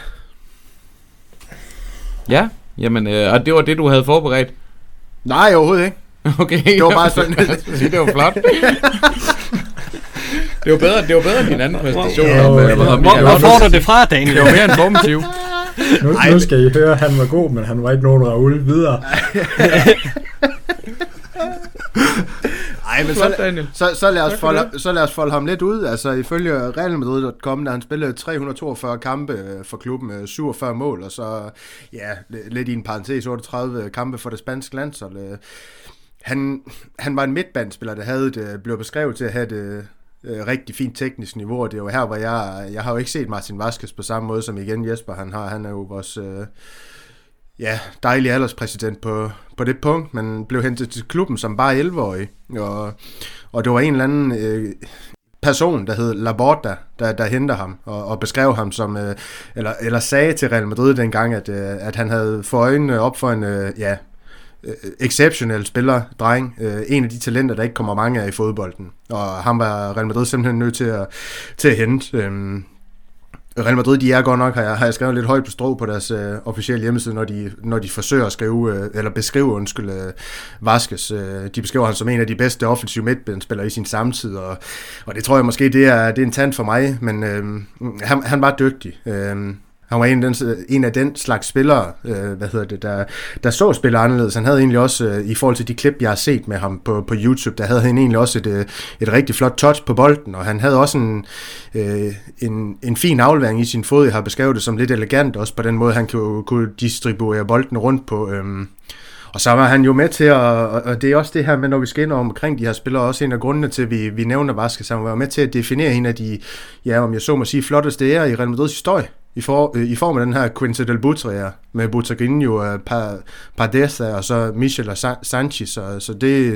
Ja, jamen, øh, og det var det, du havde forberedt? Nej, overhovedet ikke. Okay, det var bare sådan. Det var flot. Det var bedre, det var bedre end din anden præstation. Ja, om, hvor, hvor, hvor, hvor får du det fra, Daniel? Det var mere informativ. Nu, nu skal I høre, at han var god, men han var ikke nogen Raúl videre. Ej, men så, så, så, lad os folde, så lad os folde ham lidt ud. Altså ifølge Real Madrid punktum com, der han spillede tre hundrede og toogfyrre kampe for klubben med syvogfyrre mål, og så ja, lidt i en parentes otteogtredive kampe for det spanske landshold. Han, han var en midtbanespiller, der havde det, blev beskrevet til at have det øh, rigtig fint teknisk niveau, og det er jo her, hvor jeg, jeg har jo ikke set Martin Vázquez på samme måde, som igen Jesper han har. Han er jo vores øh, ja, dejlige alderspræsident på, på det punkt, men blev hentet til klubben som bare elleve-årig, og, og det var en eller anden øh, person, der hed Laporta, der, der henter ham, og, og beskrev ham som, øh, eller, eller sagde til Real Madrid dengang, at, øh, at han havde for øjnene op for en, øh, ja, exceptionel spiller, dreng, en af de talenter, der ikke kommer mange af i fodbolden, og ham var Real Madrid simpelthen nødt til at, til at hente. Real Madrid, de er godt nok, har jeg, har jeg skrevet lidt højt på strå på deres øh, officielle hjemmeside, når de, når de forsøger at skrive, øh, eller beskrive, undskyld, øh, Vázquez. Øh, de beskriver ham som en af de bedste offensive midtbanespillere i sin samtid, og, og det tror jeg måske, det er, det er en tand for mig, men øh, han, han var dygtig. Øh, Han var en af den, en af den slags spillere, øh, hvad hedder det, der, der så spiller anderledes. Han havde egentlig også, øh, i forhold til de klip, jeg har set med ham på, på YouTube, der havde han egentlig også et, et rigtig flot touch på bolden, og han havde også en, øh, en, en fin aflevering i sin fod. Jeg har beskrevet det som lidt elegant, også på den måde, han kunne, kunne distribuere bolden rundt på. Øh. Og så var han jo med til, at, og det er også det her med, når vi skal ind omkring de her spillere, også en af grundene til, at vi, vi nævner Vázquez, han var med til at definere en af de, ja, om jeg så må sige, flotteste ærer i Real Madrids historie. I, for, I form af den her Quince del Butria med Butaginho, Pardesa og så Michel og Sanchez, og, så det,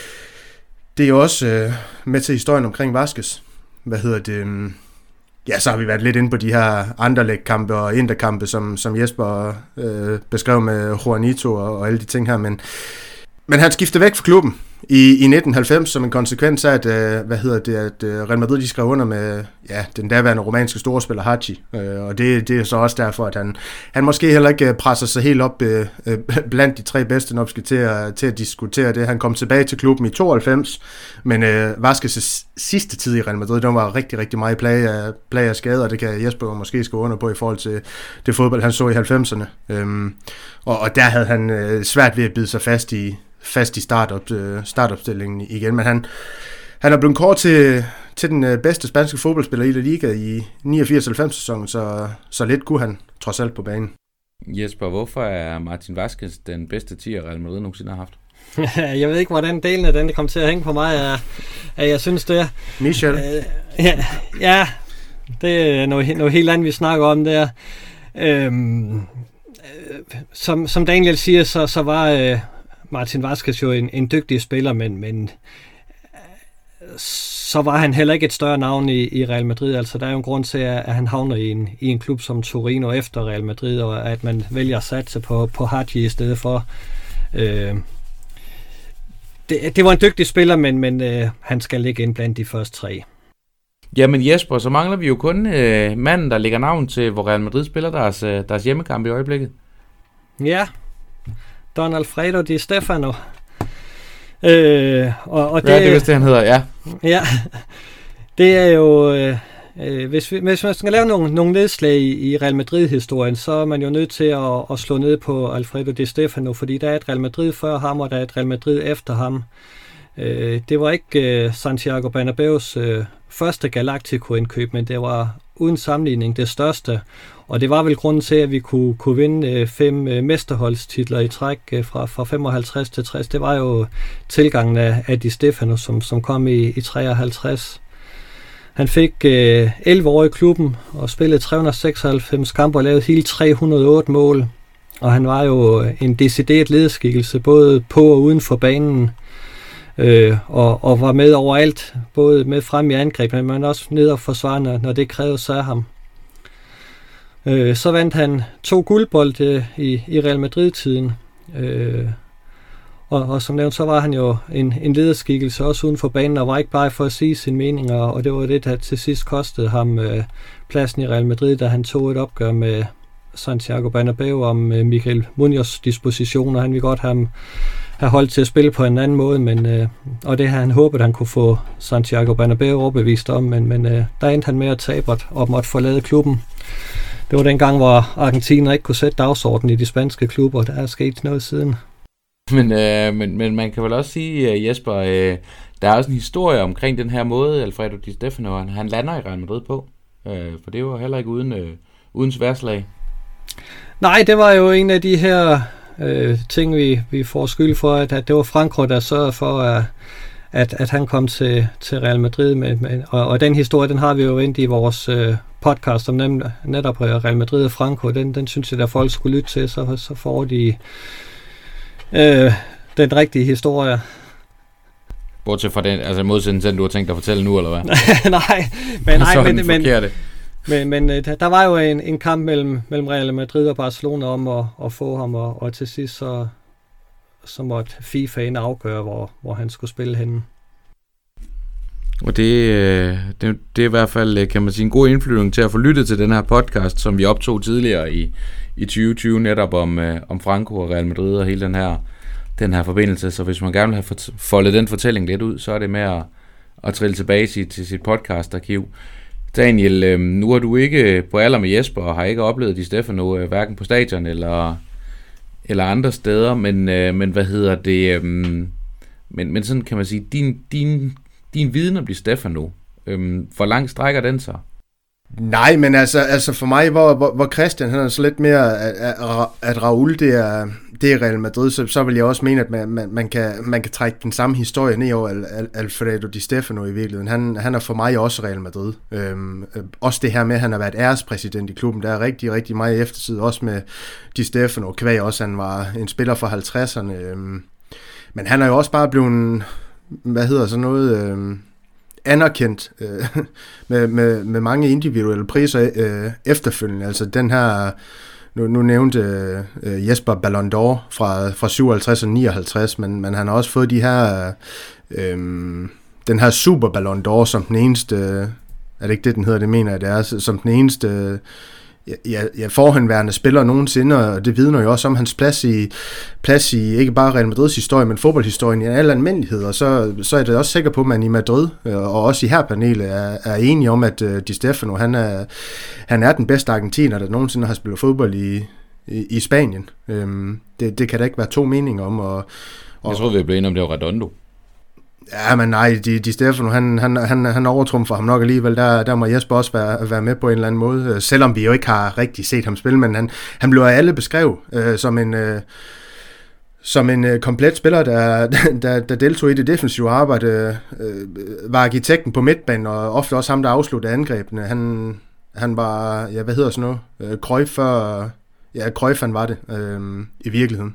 det er jo også øh, med til historien omkring Vázquez. Hvad hedder det? Ja, så har vi været lidt inde på de her Anderlecht-kampe og Inter-kampe, som, som Jesper øh, beskrev med Juanito og, og alle de ting her, men, men han skiftede væk fra klubben i, i nitten halvfems som en konsekvens af, at, øh, hvad hedder det, at øh, Real Madrid de skrev under med ja, den daværende romanske storspiller Hadji, øh, og det, det er så også derfor, at han, han måske heller ikke presser sig helt op øh, øh, blandt de tre bedste, når vi skal til at, til at diskutere det. Han kom tilbage til klubben i tooghalvfems, men øh, Vázquez' sidste tid i Real Madrid, den var rigtig, rigtig meget plage af, plage af skader, og det kan Jesper måske skrive under på i forhold til det fodbold, han så i halvfemserne. Øhm, og, og der havde han øh, svært ved at bide sig fast i fast i startup, startopstillingen igen, men han, han er blevet kåret til, til den bedste spanske fodboldspiller i La Liga i niogfirs halvfems sæsonen, så, så lidt kunne han trods alt på banen. Jesper, hvorfor er Martin Vázquez den bedste tier, Real Madrid nogensinde har haft? Jeg ved ikke, hvordan delen af den det kom til at hænge på mig, at, at jeg synes det er... Michel? Øh, ja, ja, det er noget, noget helt andet, vi snakker om der. Øhm, øh, som, som Daniel siger, så, så var... Øh, Martin Vázquez jo en, en dygtig spiller, men, men så var han heller ikke et større navn i, i Real Madrid. Altså, der er jo en grund til, at han havner i en, i en klub som Torino efter Real Madrid, og at man vælger at satse på, på Hadji i stedet for. Øh, det, det var en dygtig spiller, men, men øh, han skal ligge ind blandt de første tre. Jamen Jesper, så mangler vi jo kun øh, manden, der lægger navn til, hvor Real Madrid spiller deres, deres hjemmekamp i øjeblikket. Ja, Don Alfredo Di Stefano. Øh, og, og det, ja, det er vist det, han hedder, ja. Ja, det er jo... Øh, hvis, vi, hvis man skal lave nogle, nogle nedslag i, i Real Madrid-historien, så er man jo nødt til at, at slå ned på Alfredo Di Stefano, fordi der er et Real Madrid før ham, og der er et Real Madrid efter ham. Øh, det var ikke øh, Santiago Bernabéus øh, første Galactico-indkøb, men det var uden sammenligning det største. Og det var vel grunden til, at vi kunne, kunne vinde øh, fem øh, mesterholdstitler i træk øh, fra, fra femoghalvtreds til tres. Det var jo tilgangen af, af Di Stefano, som, som kom i, i treoghalvtreds. Han fik øh, elleve år i klubben og spillede tre hundrede og seksoghalvfems kampe og lavede hele tre hundrede og otte mål. Og han var jo en decideret lederskikkelse, både på og uden for banen. Øh, og, og var med overalt, både med frem i angreb, men også ned og forsvare, når, når det krævede sig af ham. Øh, så vandt han to guldbolde i, i Real Madrid-tiden. Øh, og, og som nævnt, så var han jo en, en lederskikkelse også uden for banen, og var ikke bare for at sige sine meninger, og det var det, der til sidst kostede ham øh, pladsen i Real Madrid, da han tog et opgør med Santiago Bernabéu om øh, Miguel Muñoz dispositioner. Han ville godt have, have holdt til at spille på en anden måde, men, øh, og det har han håbet, at han kunne få Santiago Bernabéu overbevist om, men, men øh, der endte han med at tabe og måtte forlade klubben. Det var den gang, hvor Argentina ikke kunne sætte dagsordenen i de spanske klubber. Der er sket noget siden. Men, øh, men, men man kan vel også sige, Jesper, øh, der er også en historie omkring den her måde, Alfredo Di Stefano, han, han lander i Real Madrid på. Øh, for det var heller ikke uden, øh, uden sværslag. Nej, det var jo en af de her øh, ting, vi, vi får skyld for, at, at det var Franco, der sørgede for, at, at, at han kom til, til Real Madrid. Med, med, og, og den historie, den har vi jo vendt i vores øh, podcast om nem, netop Real Madrid og Franco. Den, den synes jeg, at folk skulle lytte til, så, så får de øh, den rigtige historie. Bortset fra den, altså modsætning til den, du har tænkt dig at fortælle nu, eller hvad? nej, men, nej, men, men, men, men, men der, der var jo en, en kamp mellem, mellem Real Madrid og Barcelona om at, at få ham, og, og til sidst så, så måtte FIFA ind afgøre, hvor, hvor han skulle spille henne. Og det, det, det er i hvert fald, kan man sige, en god indflyvning til at få lyttet til den her podcast, som vi optog tidligere i, i tyve tyve, netop om, om Franco og Real Madrid og hele den her, den her forbindelse. Så hvis man gerne vil have foldet den fortælling lidt ud, så er det med at, at trille tilbage til, til sit podcastarkiv. Daniel, nu er du ikke på alder med Jesper og har ikke oplevet Di Stefano hverken på stadion eller, eller andre steder, men, men hvad hedder det, men, men sådan kan man sige, din, din, din viden om Di Stefano, hvor langt strækker den sig? Nej, men altså, altså for mig, hvor, hvor, hvor Christian han er så lidt mere, at, at Raul det er, det er Real Madrid, så, så vil jeg også mene, at man, man, man, kan, man kan trække den samme historie ned over Al, Al, Alfredo Di Stefano i virkeligheden. Han, han er for mig også Real Madrid. Øhm, også det her med, at han har været ærespræsident i klubben, der er rigtig, rigtig meget eftertid, også med Di Stefano, kvæg også, han var en spiller fra halvtredserne. Øhm, men han er jo også bare blevet, hvad hedder så noget... Øhm, anerkendt øh, med, med, med mange individuelle priser øh, efterfølgende. Altså den her, nu, nu nævnte øh, Jesper Ballon d'Or fra, fra syvoghalvtreds og nioghalvtreds, men, men han har også fået de her, øh, den her Super Ballon d'Or som den eneste, øh, er det ikke det, den hedder, det mener jeg, det er, som den eneste øh, ja, ja, forhenværende spiller nogensinde, og det vidner jo også om hans plads i, plads i ikke bare Real Madrids historie, men fodboldhistorien i al almindelighed, og så, så er det også sikker på, at man i Madrid, og også i her panelet, er, er enige om, at uh, Di Stefano, han er, han er den bedste argentiner, der nogensinde har spillet fodbold i, i, i Spanien. Um, det, det kan der ikke være to meninger om. Og, og, jeg tror, vi blev enige om, det var Redondo. Ja, men nej, Di, Di Stefano, han, han, han, han overtrumfer ham nok alligevel. Der, der må Jesper også være, være med på en eller anden måde. Selvom vi jo ikke har rigtig set ham spille, men han, han blev af alle beskrevet øh, som en, øh, som en øh, komplet spiller, der, der, der deltog i det defensive arbejde, øh, var arkitekten på midtbanen, og ofte også ham, der afsluttede angrebene. Han, han var, ja, hvad hedder sådan noget, øh, Cruyff før, ja, Cruyff han var det øh, i virkeligheden.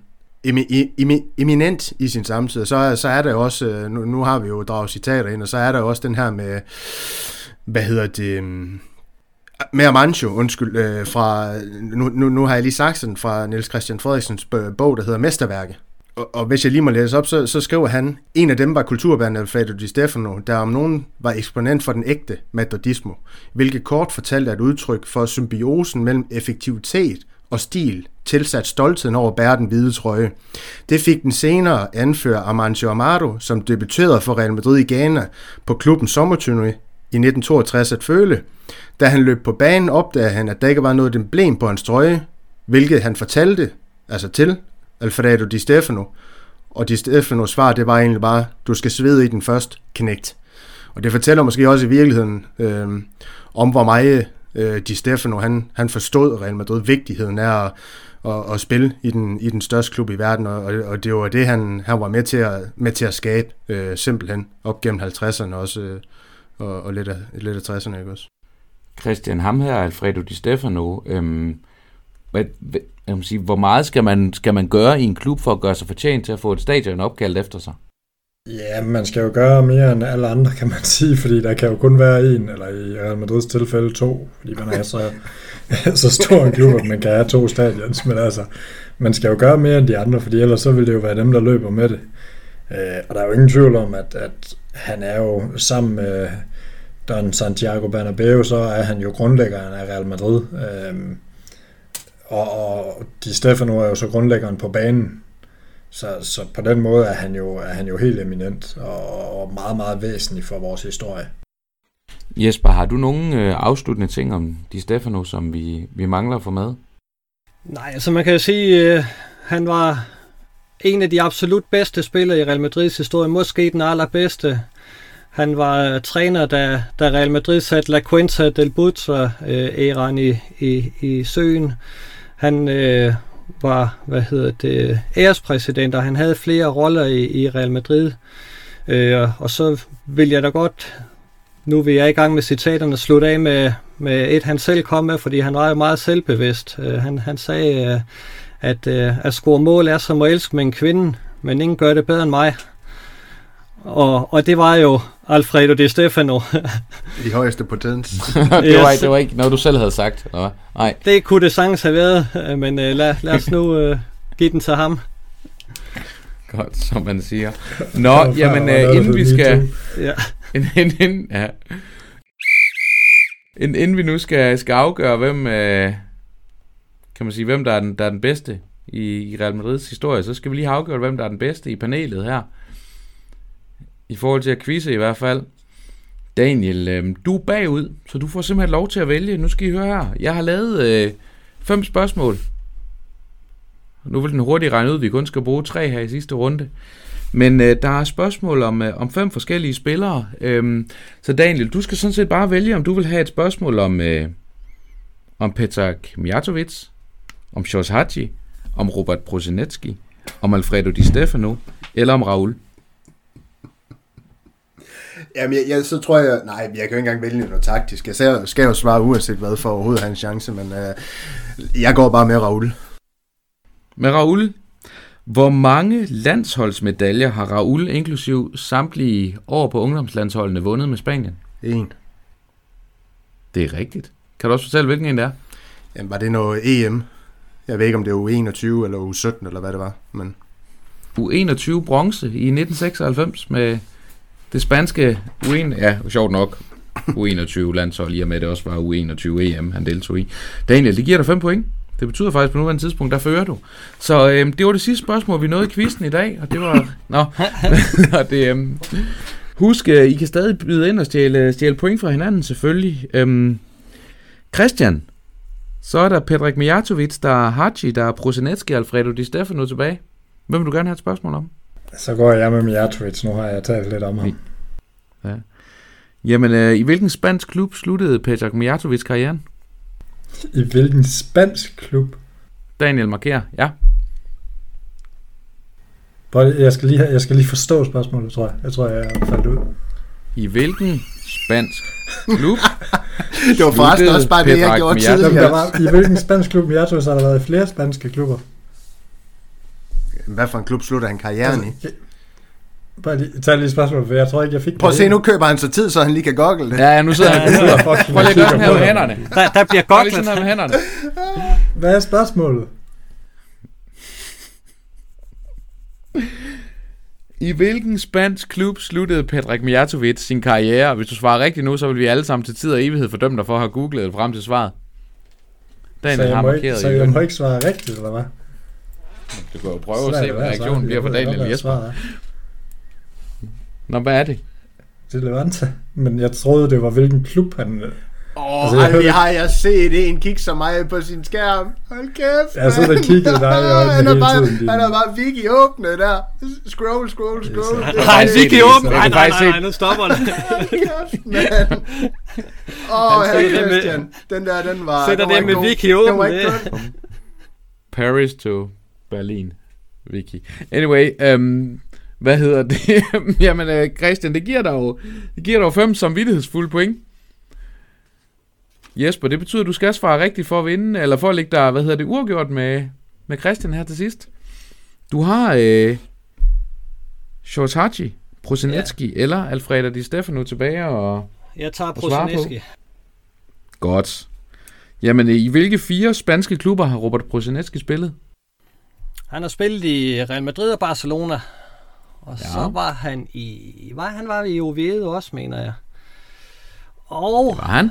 Eminent i sin samtid, så, så er der jo også, nu, nu har vi jo draget citater ind, og så er der jo også den her med, hvad hedder det, med Amancio, undskyld, øh, fra, nu, nu, nu har jeg lige sagt sådan, fra Niels Christian Frederiksens bog, der hedder Mesterværke. Og, og hvis jeg lige må læse op, så, så skriver han, en af dem var kulturbærende Alfredo Di Stefano, der om nogen var eksponent for den ægte madridismo, hvilket kort fortalte et udtryk for symbiosen mellem effektivitet og stil, tilsat stoltheden over at bære den hvide trøje. Det fik den senere anfører Amancio Amado, som debuterede for Real Madrid i Ghana på klubbens sommerturné i nitten toogtres at føle. Da han løb på banen, opdagede han, at der ikke var noget emblem på hans trøje, hvilket han fortalte, altså til Alfredo Di Stefano. Og Di Stefanos svar, det var egentlig bare, du skal svede i den først, knægt. Og det fortæller måske også i virkeligheden øh, om, hvor meget øh, Di Stefano, han, han forstod Real Madrid, vigtigheden af at, at, at spille i den, i den største klub i verden, og, og det var det, han, han var med til at, med til at skabe, øh, simpelthen, op gennem halvtredserne også, øh, og, og lidt, af, lidt af tresserne, ikke også? Christian, ham her, Alfredo Di Stefano, øhm, hvad, hvad, jeg må sige, hvor meget skal man, skal man gøre i en klub for at gøre sig fortjent til at få et stadion opkaldt efter sig? Ja, man skal jo gøre mere end alle andre, kan man sige, fordi der kan jo kun være en, eller i Real Madrids tilfælde to, fordi man er så, så stor en klub, at man kan have to stadions, men altså, man skal jo gøre mere end de andre, fordi ellers så vil det jo være dem, der løber med det. Og der er jo ingen tvivl om, at, at han er jo sammen med Don Santiago Bernabeu, så er han jo grundlæggeren af Real Madrid, og, og Di Stefano er jo så grundlæggeren på banen. Så, så på den måde er han jo, er han jo helt eminent og, og meget, meget væsentlig for vores historie. Jesper, har du nogle øh, afsluttende ting om Di Stefano, som vi, vi mangler at få med? Nej, altså man kan jo sige, øh, han var en af de absolut bedste spillere i Real Madrids historie, måske den allerbedste. Han var uh, træner, da, da Real Madrid satte La Quinta del Butra-æraen øh, i, i, i søen. Han øh, var, hvad hedder det, ærespræsident, og han havde flere roller i, i Real Madrid. Øh, og så vil jeg da godt, nu vil jeg i gang med citaterne, slutte af med, med et, han selv kom med, fordi han var jo meget selvbevidst. Øh, han, han sagde, øh, at øh, at score mål er som at elske med en kvinde, men ingen gør det bedre end mig. Og, og det var jo Alfredo Di Stefano. I højeste potens. det, var, det var ikke noget, du selv havde sagt, eller? Nej. Det kunne det sagtens have været, men uh, lad, lad os nu uh, give den til ham. Godt, som man siger. Nå, jamen, øh, inden vi skal... Ja. Inden, inden, ja. Inden, inden vi nu skal, skal afgøre, hvem... Øh, kan man sige, hvem der er den, der er den bedste i, i Real Madrids historie, så skal vi lige have afgjort, hvem der er den bedste i panelet her. I forhold til at quizze i hvert fald. Daniel, øh, du er bagud, så du får simpelthen lov til at vælge. Nu skal I høre her. Jeg har lavet øh, fem spørgsmål. Nu vil den hurtigt regne ud, vi kun skal bruge tre her i sidste runde. Men øh, der er spørgsmål om, øh, om fem forskellige spillere. Øhm, så Daniel, du skal sådan set bare vælge, om du vil have et spørgsmål om, øh, om Petar Mijatovic, om George Hagi, om Robert Prosinecki, om Alfredo Di Stefano, eller om Raul. Jamen, jeg, jeg, så tror jeg... Nej, jeg kan jo ikke engang vælge noget taktisk. Jeg skal, skal jo svare uanset hvad for overhovedet have en chance, men øh, jeg går bare med Raul. Med Raul. Hvor mange landsholdsmedaljer har Raul inklusiv samtlige år på ungdomslandsholdene vundet med Spanien? En. Det er rigtigt. Kan du også fortælle, hvilken en det er? Jamen, var det noget E M? Jeg ved ikke, om det var U enogtyve eller U sytten, eller hvad det var. Men... U enogtyve bronze i nitten seksoghalvfems med det spanske U enogtyve... Ja, sjovt nok. U enogtyve landshold, i og med at det også var U enogtyve E M, han deltog i. Daniel, det giver dig fem point. Det betyder faktisk på nuværende tidspunkt, der fører du. Så øhm, det var det sidste spørgsmål, vi nåede i quizzen i dag, og det var... Nå, og det, øhm, husk, I kan stadig byde ind og stjæle, stjæle point fra hinanden, selvfølgelig. Øhm, Christian, så er der Petar Mijatovic, der er Hagi, der er Prosinecki, Alfredo Di Stefano tilbage. Hvem vil du gerne have et spørgsmål om? Så går jeg med Mijatovic, nu har jeg talt lidt om ham. Ja. Jamen, øh, i hvilken spansk klub sluttede Petar Mijatovic karrieren? I hvilken spansk klub? Daniel markerer, ja. Jeg skal lige, jeg skal lige forstå spørgsmålet, tror jeg. Jeg tror, jeg er faldet ud. I hvilken spansk klub? Det var forresten også bare det, jeg gjorde tidligere. I hvilken spansk klub Mijatovic har der været flere spanske klubber? Hvad for en klub slutter han karrieren i? Altså, bare lige, tag lige spørgsmål, for jeg tror ikke, jeg fik... Prøv at se, nu køber han så tid, så han lige kan goggle det. Ja, ja, nu sidder han. Prøv lige at gøre sådan her med hænderne. Der, der bliver gogglet. Prøv lige sådan her med hænderne. Hvad er spørgsmålet? I hvilken spansk klub sluttede Petar Mijatovic sin karriere? Hvis du svarer rigtigt nu, så vil vi alle sammen til tid og evighed fordømme dig for at have googlet det frem til svaret. Daniel har markeret ikke, så jeg må ikke svare rigtigt, eller hvad? Du kan jo prøve at se, hvad reaktionen bliver for Daniel og Jesper. Nå, hvad er det? Det er Levante. Men jeg troede, det var hvilken klub han... Åh, oh, altså, aldrig har jeg set en kigge så meget på sin skærm. Hold kæft, man. Jeg sidder og kiggede dig i øjnene hele bare, tiden. Han har bare Vicky åbnet der. Scroll, scroll, scroll. Nej, Vicky åbnet. Nej, nej, nej, nej, nu stopper det. Kæft, mand. Åh, herre Christian. Den der, den var... Sætter det med Vicky åbnet. Paris to Berlin. Vicky. Anyway, um, hvad hedder det? Jamen, uh, Christian, det giver dig jo, det giver dig jo fem samvittighedsfulde point. Jesper, det betyder, at du skal svare rigtigt for at vinde, eller for at lægge dig, hvad hedder det, uafgjort med, med Christian her til sidst. Du har øh, George Hagi, Prosinecki ja. eller Alfredo Di Stefano tilbage og jeg tager Prosinecki. Godt. Jamen, i hvilke fire spanske klubber har Robert Prosinecki spillet? Han har spillet i Real Madrid og Barcelona. Og ja. så var han i... Var, han var i Oviedo også, mener jeg. Og... Det var han.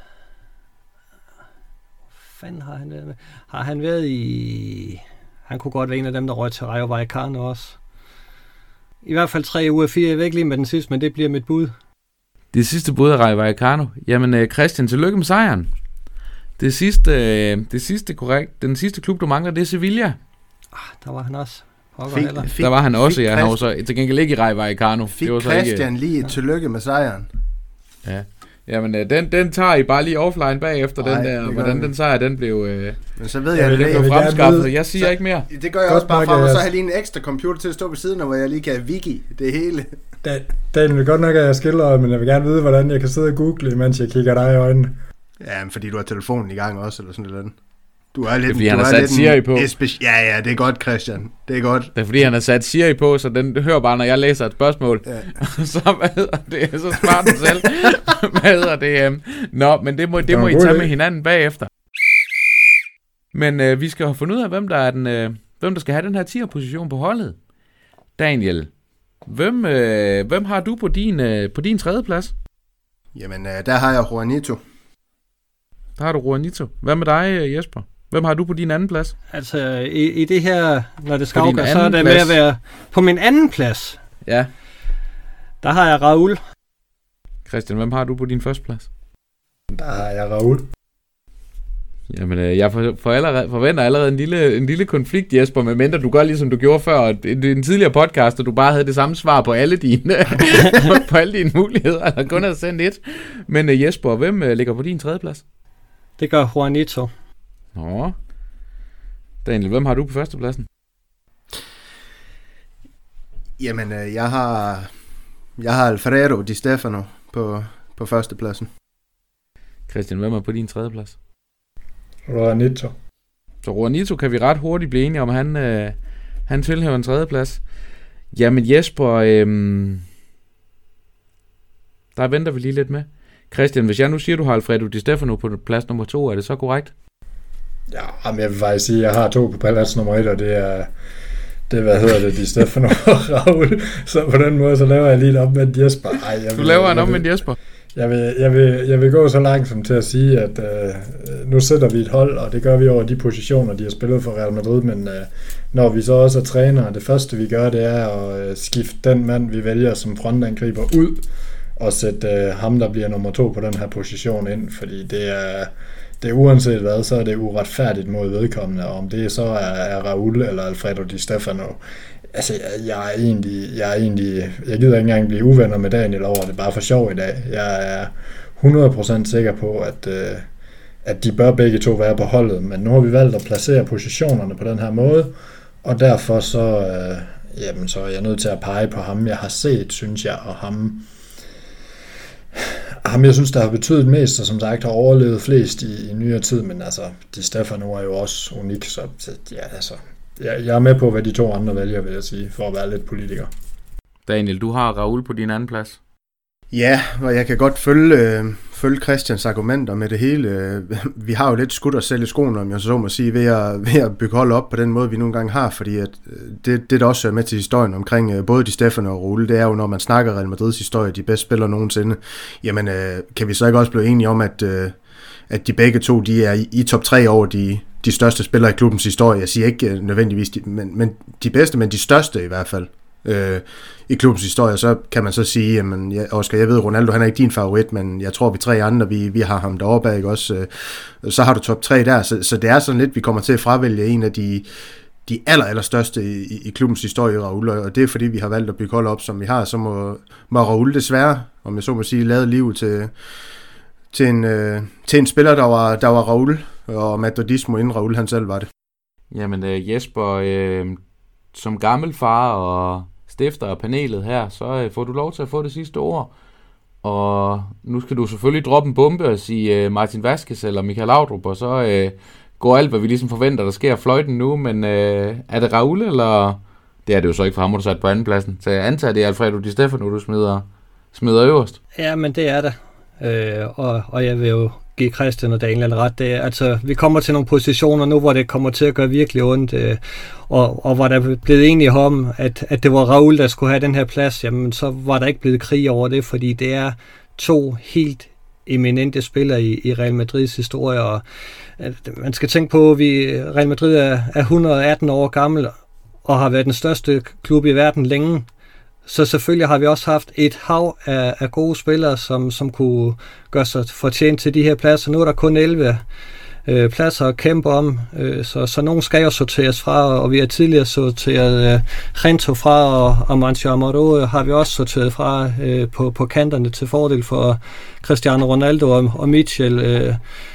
Fanden har han været med? Har han været i... Han kunne godt være en af dem, der røg til Rayo Vallecano også. I hvert fald tre ud af fire. Jeg ved ikke lige med den sidste, men det bliver mit bud. Det sidste bud er Rayo Vallecano. Jamen, Christian, tillykke med sejren. Det sidste, det sidste korrekt. Den sidste klub, du mangler, det er Sevilla. Ah, der var han også. Fik, fik, der var han også, ja. Han var så til gengæld ikke i Rayo Vallecano. Fik det var så Christian ikke, lige et tillykke med sejren. Ja. Jamen, den, den tager I bare lige offline bagefter, Ej, den der, hvordan den sejr, den blev, øh, men så ved jeg, den det blev fremskaffet. Jeg siger så, ikke mere. Det gør jeg Godt også bare for, at så har jeg lige en ekstra computer til at stå ved siden af, hvor jeg lige kan wiki det hele. Da, Daniel, det er godt nok, at jeg skiller, men jeg vil gerne vide, hvordan jeg kan sidde og google, mens jeg kigger dig i øjnene. Ja, men fordi du har telefonen i gang også, eller sådan noget. Du er lidt, det er fordi, du han har sat Siri på. Espe- ja, ja, det er godt, Christian. Det er godt. Det er fordi, han har sat Siri på, så den hører bare, når jeg læser et spørgsmål. Ja. så hvad hedder det? Så svarer den selv. hvad hedder det? Um... Nå, men det må, det må I tage med hinanden bagefter. Men øh, vi skal have fundet ud af, hvem der, er den, øh, hvem der skal have den her tier-position på holdet. Daniel, hvem, øh, hvem har du på din, øh, på din tredje plads? Jamen, øh, der har jeg Juanito. Der har du Juanito. Hvad med dig, Jesper? Hvem har du på din anden plads? Altså, i, i det her, når det skal afgøre, så er det plads. ved at være på min anden plads. Ja. Der har jeg Raul. Christian, hvem har du på din første plads? Der har jeg Raul. Jamen, øh, jeg for, for allerede, forventer allerede en lille, en lille konflikt, Jesper, medmindre du gør ligesom du gjorde før i en tidligere podcast, og du bare havde det samme svar på alle dine, på alle dine muligheder, eller kun havde sendt et. Men øh, Jesper, hvem øh, ligger på din tredje plads? Det gør Juanito. Nå. Daniel, hvem har du på førstepladsen? Jamen, øh, jeg har jeg har Alfredo Di Stefano på, på førstepladsen. Christian, hvem er på din tredje plads? Juanito. Så Juanito kan vi ret hurtigt blive enige om, han, øh, han tilhører en tredje plads. Jamen Jesper, øh, der venter vi lige lidt med. Christian, hvis jeg nu siger, du har Alfredo Di Stefano på plads nummer to, er det så korrekt? Ja, men jeg vil faktisk sige, at jeg har to på plads nummer et, og det er, det, hvad hedder det, Di Stefano og Raul. Så på den måde, så laver jeg lige et omvendt Jesper. Ej, jeg du vil, laver en omvendt Jesper? Jeg vil, jeg, vil, jeg vil gå så langt som til at sige, at øh, nu sætter vi et hold, og det gør vi over de positioner, de har spillet for Real Madrid, men øh, når vi så også er trænere, det første vi gør, det er at øh, skifte den mand, vi vælger som frontangriber ud, og sætte øh, ham, der bliver nummer to på den her position ind, fordi det er, det er uanset hvad, så er det uretfærdigt mod vedkommende, og om det så er, er Raul eller Alfredo Di Stefano. Altså, jeg, jeg er egentlig, jeg er egentlig, jeg gider ikke engang blive uvenner med Daniel over det, bare for sjov i dag. Jeg er hundrede procent sikker på, at, øh, at de bør begge to være på holdet, men nu har vi valgt at placere positionerne på den her måde, og derfor så, øh, jamen, så er jeg nødt til at pege på ham, jeg har set, synes jeg, og ham, ham jeg synes, der har betydet mest, og som sagt har overlevet flest i, i nyere tid, men altså, Di Stefano er jo også unik, så ja, altså, jeg, jeg er med på, hvad de to andre vælger, vil jeg sige, for at være lidt politiker. Daniel, du har Raul på din anden plads. Ja, og jeg kan godt følge, øh, følge Christians argumenter med det hele. Vi har jo lidt skudt os selv i skoene, om jeg så må sige, ved at, ved at bygge hold op på den måde, vi nogle gange har, fordi at det, det der også er med til historien omkring øh, både Di Stefano og Raul, det er jo, når man snakker Real Madrids historie, de bedste spillere nogensinde, jamen øh, kan vi så ikke også blive enige om, at, øh, at de begge to, de er i, i top tre over de, de største spillere i klubbens historie. Jeg siger ikke øh, nødvendigvis, de, men, men de bedste, men de største i hvert fald. Øh, i klubbens historie, så kan man så sige, jamen, ja, Oscar, jeg ved, Ronaldo, han er ikke din favorit, men jeg tror, vi tre andre, vi, vi har ham deroppe af, ikke også? Øh, så har du top tre der, så, så det er sådan lidt, vi kommer til at fravælge en af de, de aller, aller største i, i klubbens historie, Raul, og det er fordi, vi har valgt at bygge hold op, som vi har, så må, må Raul desværre, om jeg så må sige, lade liv til, til, en, øh, til en spiller, der var, der var Raul, og Madridismo inden Raul, han selv var det. Jamen øh, Jesper, øh, som gammel far og stifter af panelet her, så øh, får du lov til at få det sidste ord. Og nu skal du selvfølgelig droppe en bombe og sige øh, Martin Vazquez eller Michael Laudrup, og så øh, går alt, hvad vi ligesom forventer, der sker fløjten nu. Men øh, er det Raul, eller... Det er det jo så ikke, for ham har du sat på andenpladsen. Så jeg antager, det er Alfredo Di Stefano, du smider, smider øverst. Ja, men det er det. Øh, og, og jeg vil jo give Christian og Daniel ret. Det er, altså, vi kommer til nogle positioner nu, hvor det kommer til at gøre virkelig ondt, øh, og, og hvor der er blevet enige om, at, at det var Raul, der skulle have den her plads, jamen så var der ikke blevet krig over det, fordi det er to helt eminente spillere i, i Real Madrids historie, og at man skal tænke på, at vi, Real Madrid er, er et hundrede og atten år gammel, og har været den største klub i verden længe. Så selvfølgelig har vi også haft et hav af, af gode spillere, som, som kunne gøre sig fortjent til de her pladser. Nu er der kun elleve øh, pladser at kæmpe om, øh, så, så nogen skal jo sorteres fra, og vi har tidligere sorteret øh, Rento fra, og, og Mancio Amaro har vi også sorteret fra øh, på, på kanterne til fordel for Cristiano Ronaldo og, og Mitchell. Øh,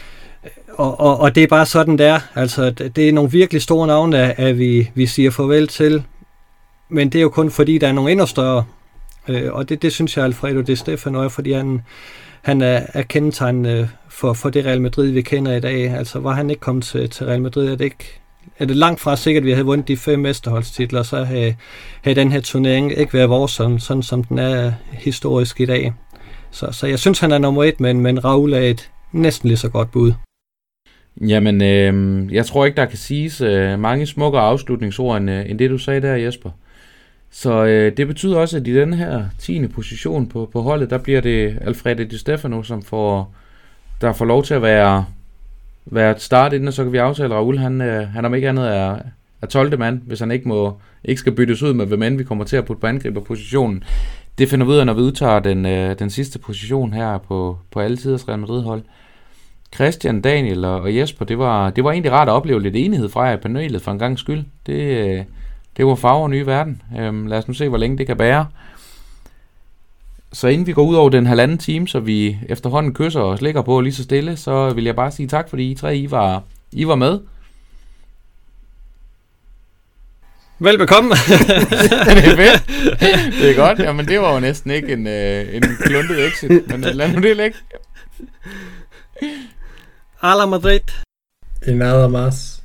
og, og, og det er bare sådan der. Altså, det er nogle virkelig store navne, at vi, vi siger farvel til. Men det er jo kun fordi, der er nogle endnu større. Øh, og det, det synes jeg, Alfredo Di Stefano er, fordi han, han er, er kendetegnet for, for det Real Madrid, vi kender i dag. Altså, var han ikke kommet til, til Real Madrid, er det, ikke, er det langt fra sikkert, at vi havde vundet de fem mesterholdstitler, så havde, havde den her turnering ikke været vores, sådan, sådan som den er historisk i dag. Så, så jeg synes, han er nummer et, men, men Raul er et næsten lige så godt bud. Jamen, øh, jeg tror ikke, der kan siges øh, mange smukkere afslutningsord, end, øh, end det, du sagde der, Jesper. Så øh, det betyder også, at i den her tiende position på, på holdet, der bliver det Alfredo Di Stefano, som får, der får lov til at være, være et start inden, og så kan vi aftale, Raul, han, øh, han om ikke andet er, er tolvte mand, hvis han ikke, må, ikke skal byttes ud med, hvem end vi kommer til at putte på angriberpositionen. Det finder vi ud af, når vi udtager den, øh, den sidste position her på, på alle tiders Real Madrid-hold. Christian, Daniel og, og Jesper, det var, det var egentlig rart at opleve lidt enighed fra jer i panelet for en gang skyld. Det, øh, det var farver og nye verden. Øhm, lad os nu se, hvor længe det kan bære. Så inden vi går ud over den halvanden time, så vi efterhånden kysser og ligger på lige så stille, så vil jeg bare sige tak, fordi I tre I var, I var med. Velbekomme. Det er fedt. Det er godt. Jamen, det var jo næsten ikke en, øh, en kluntet exit, men lad nu det ligge. A la Madrid. Y nada más.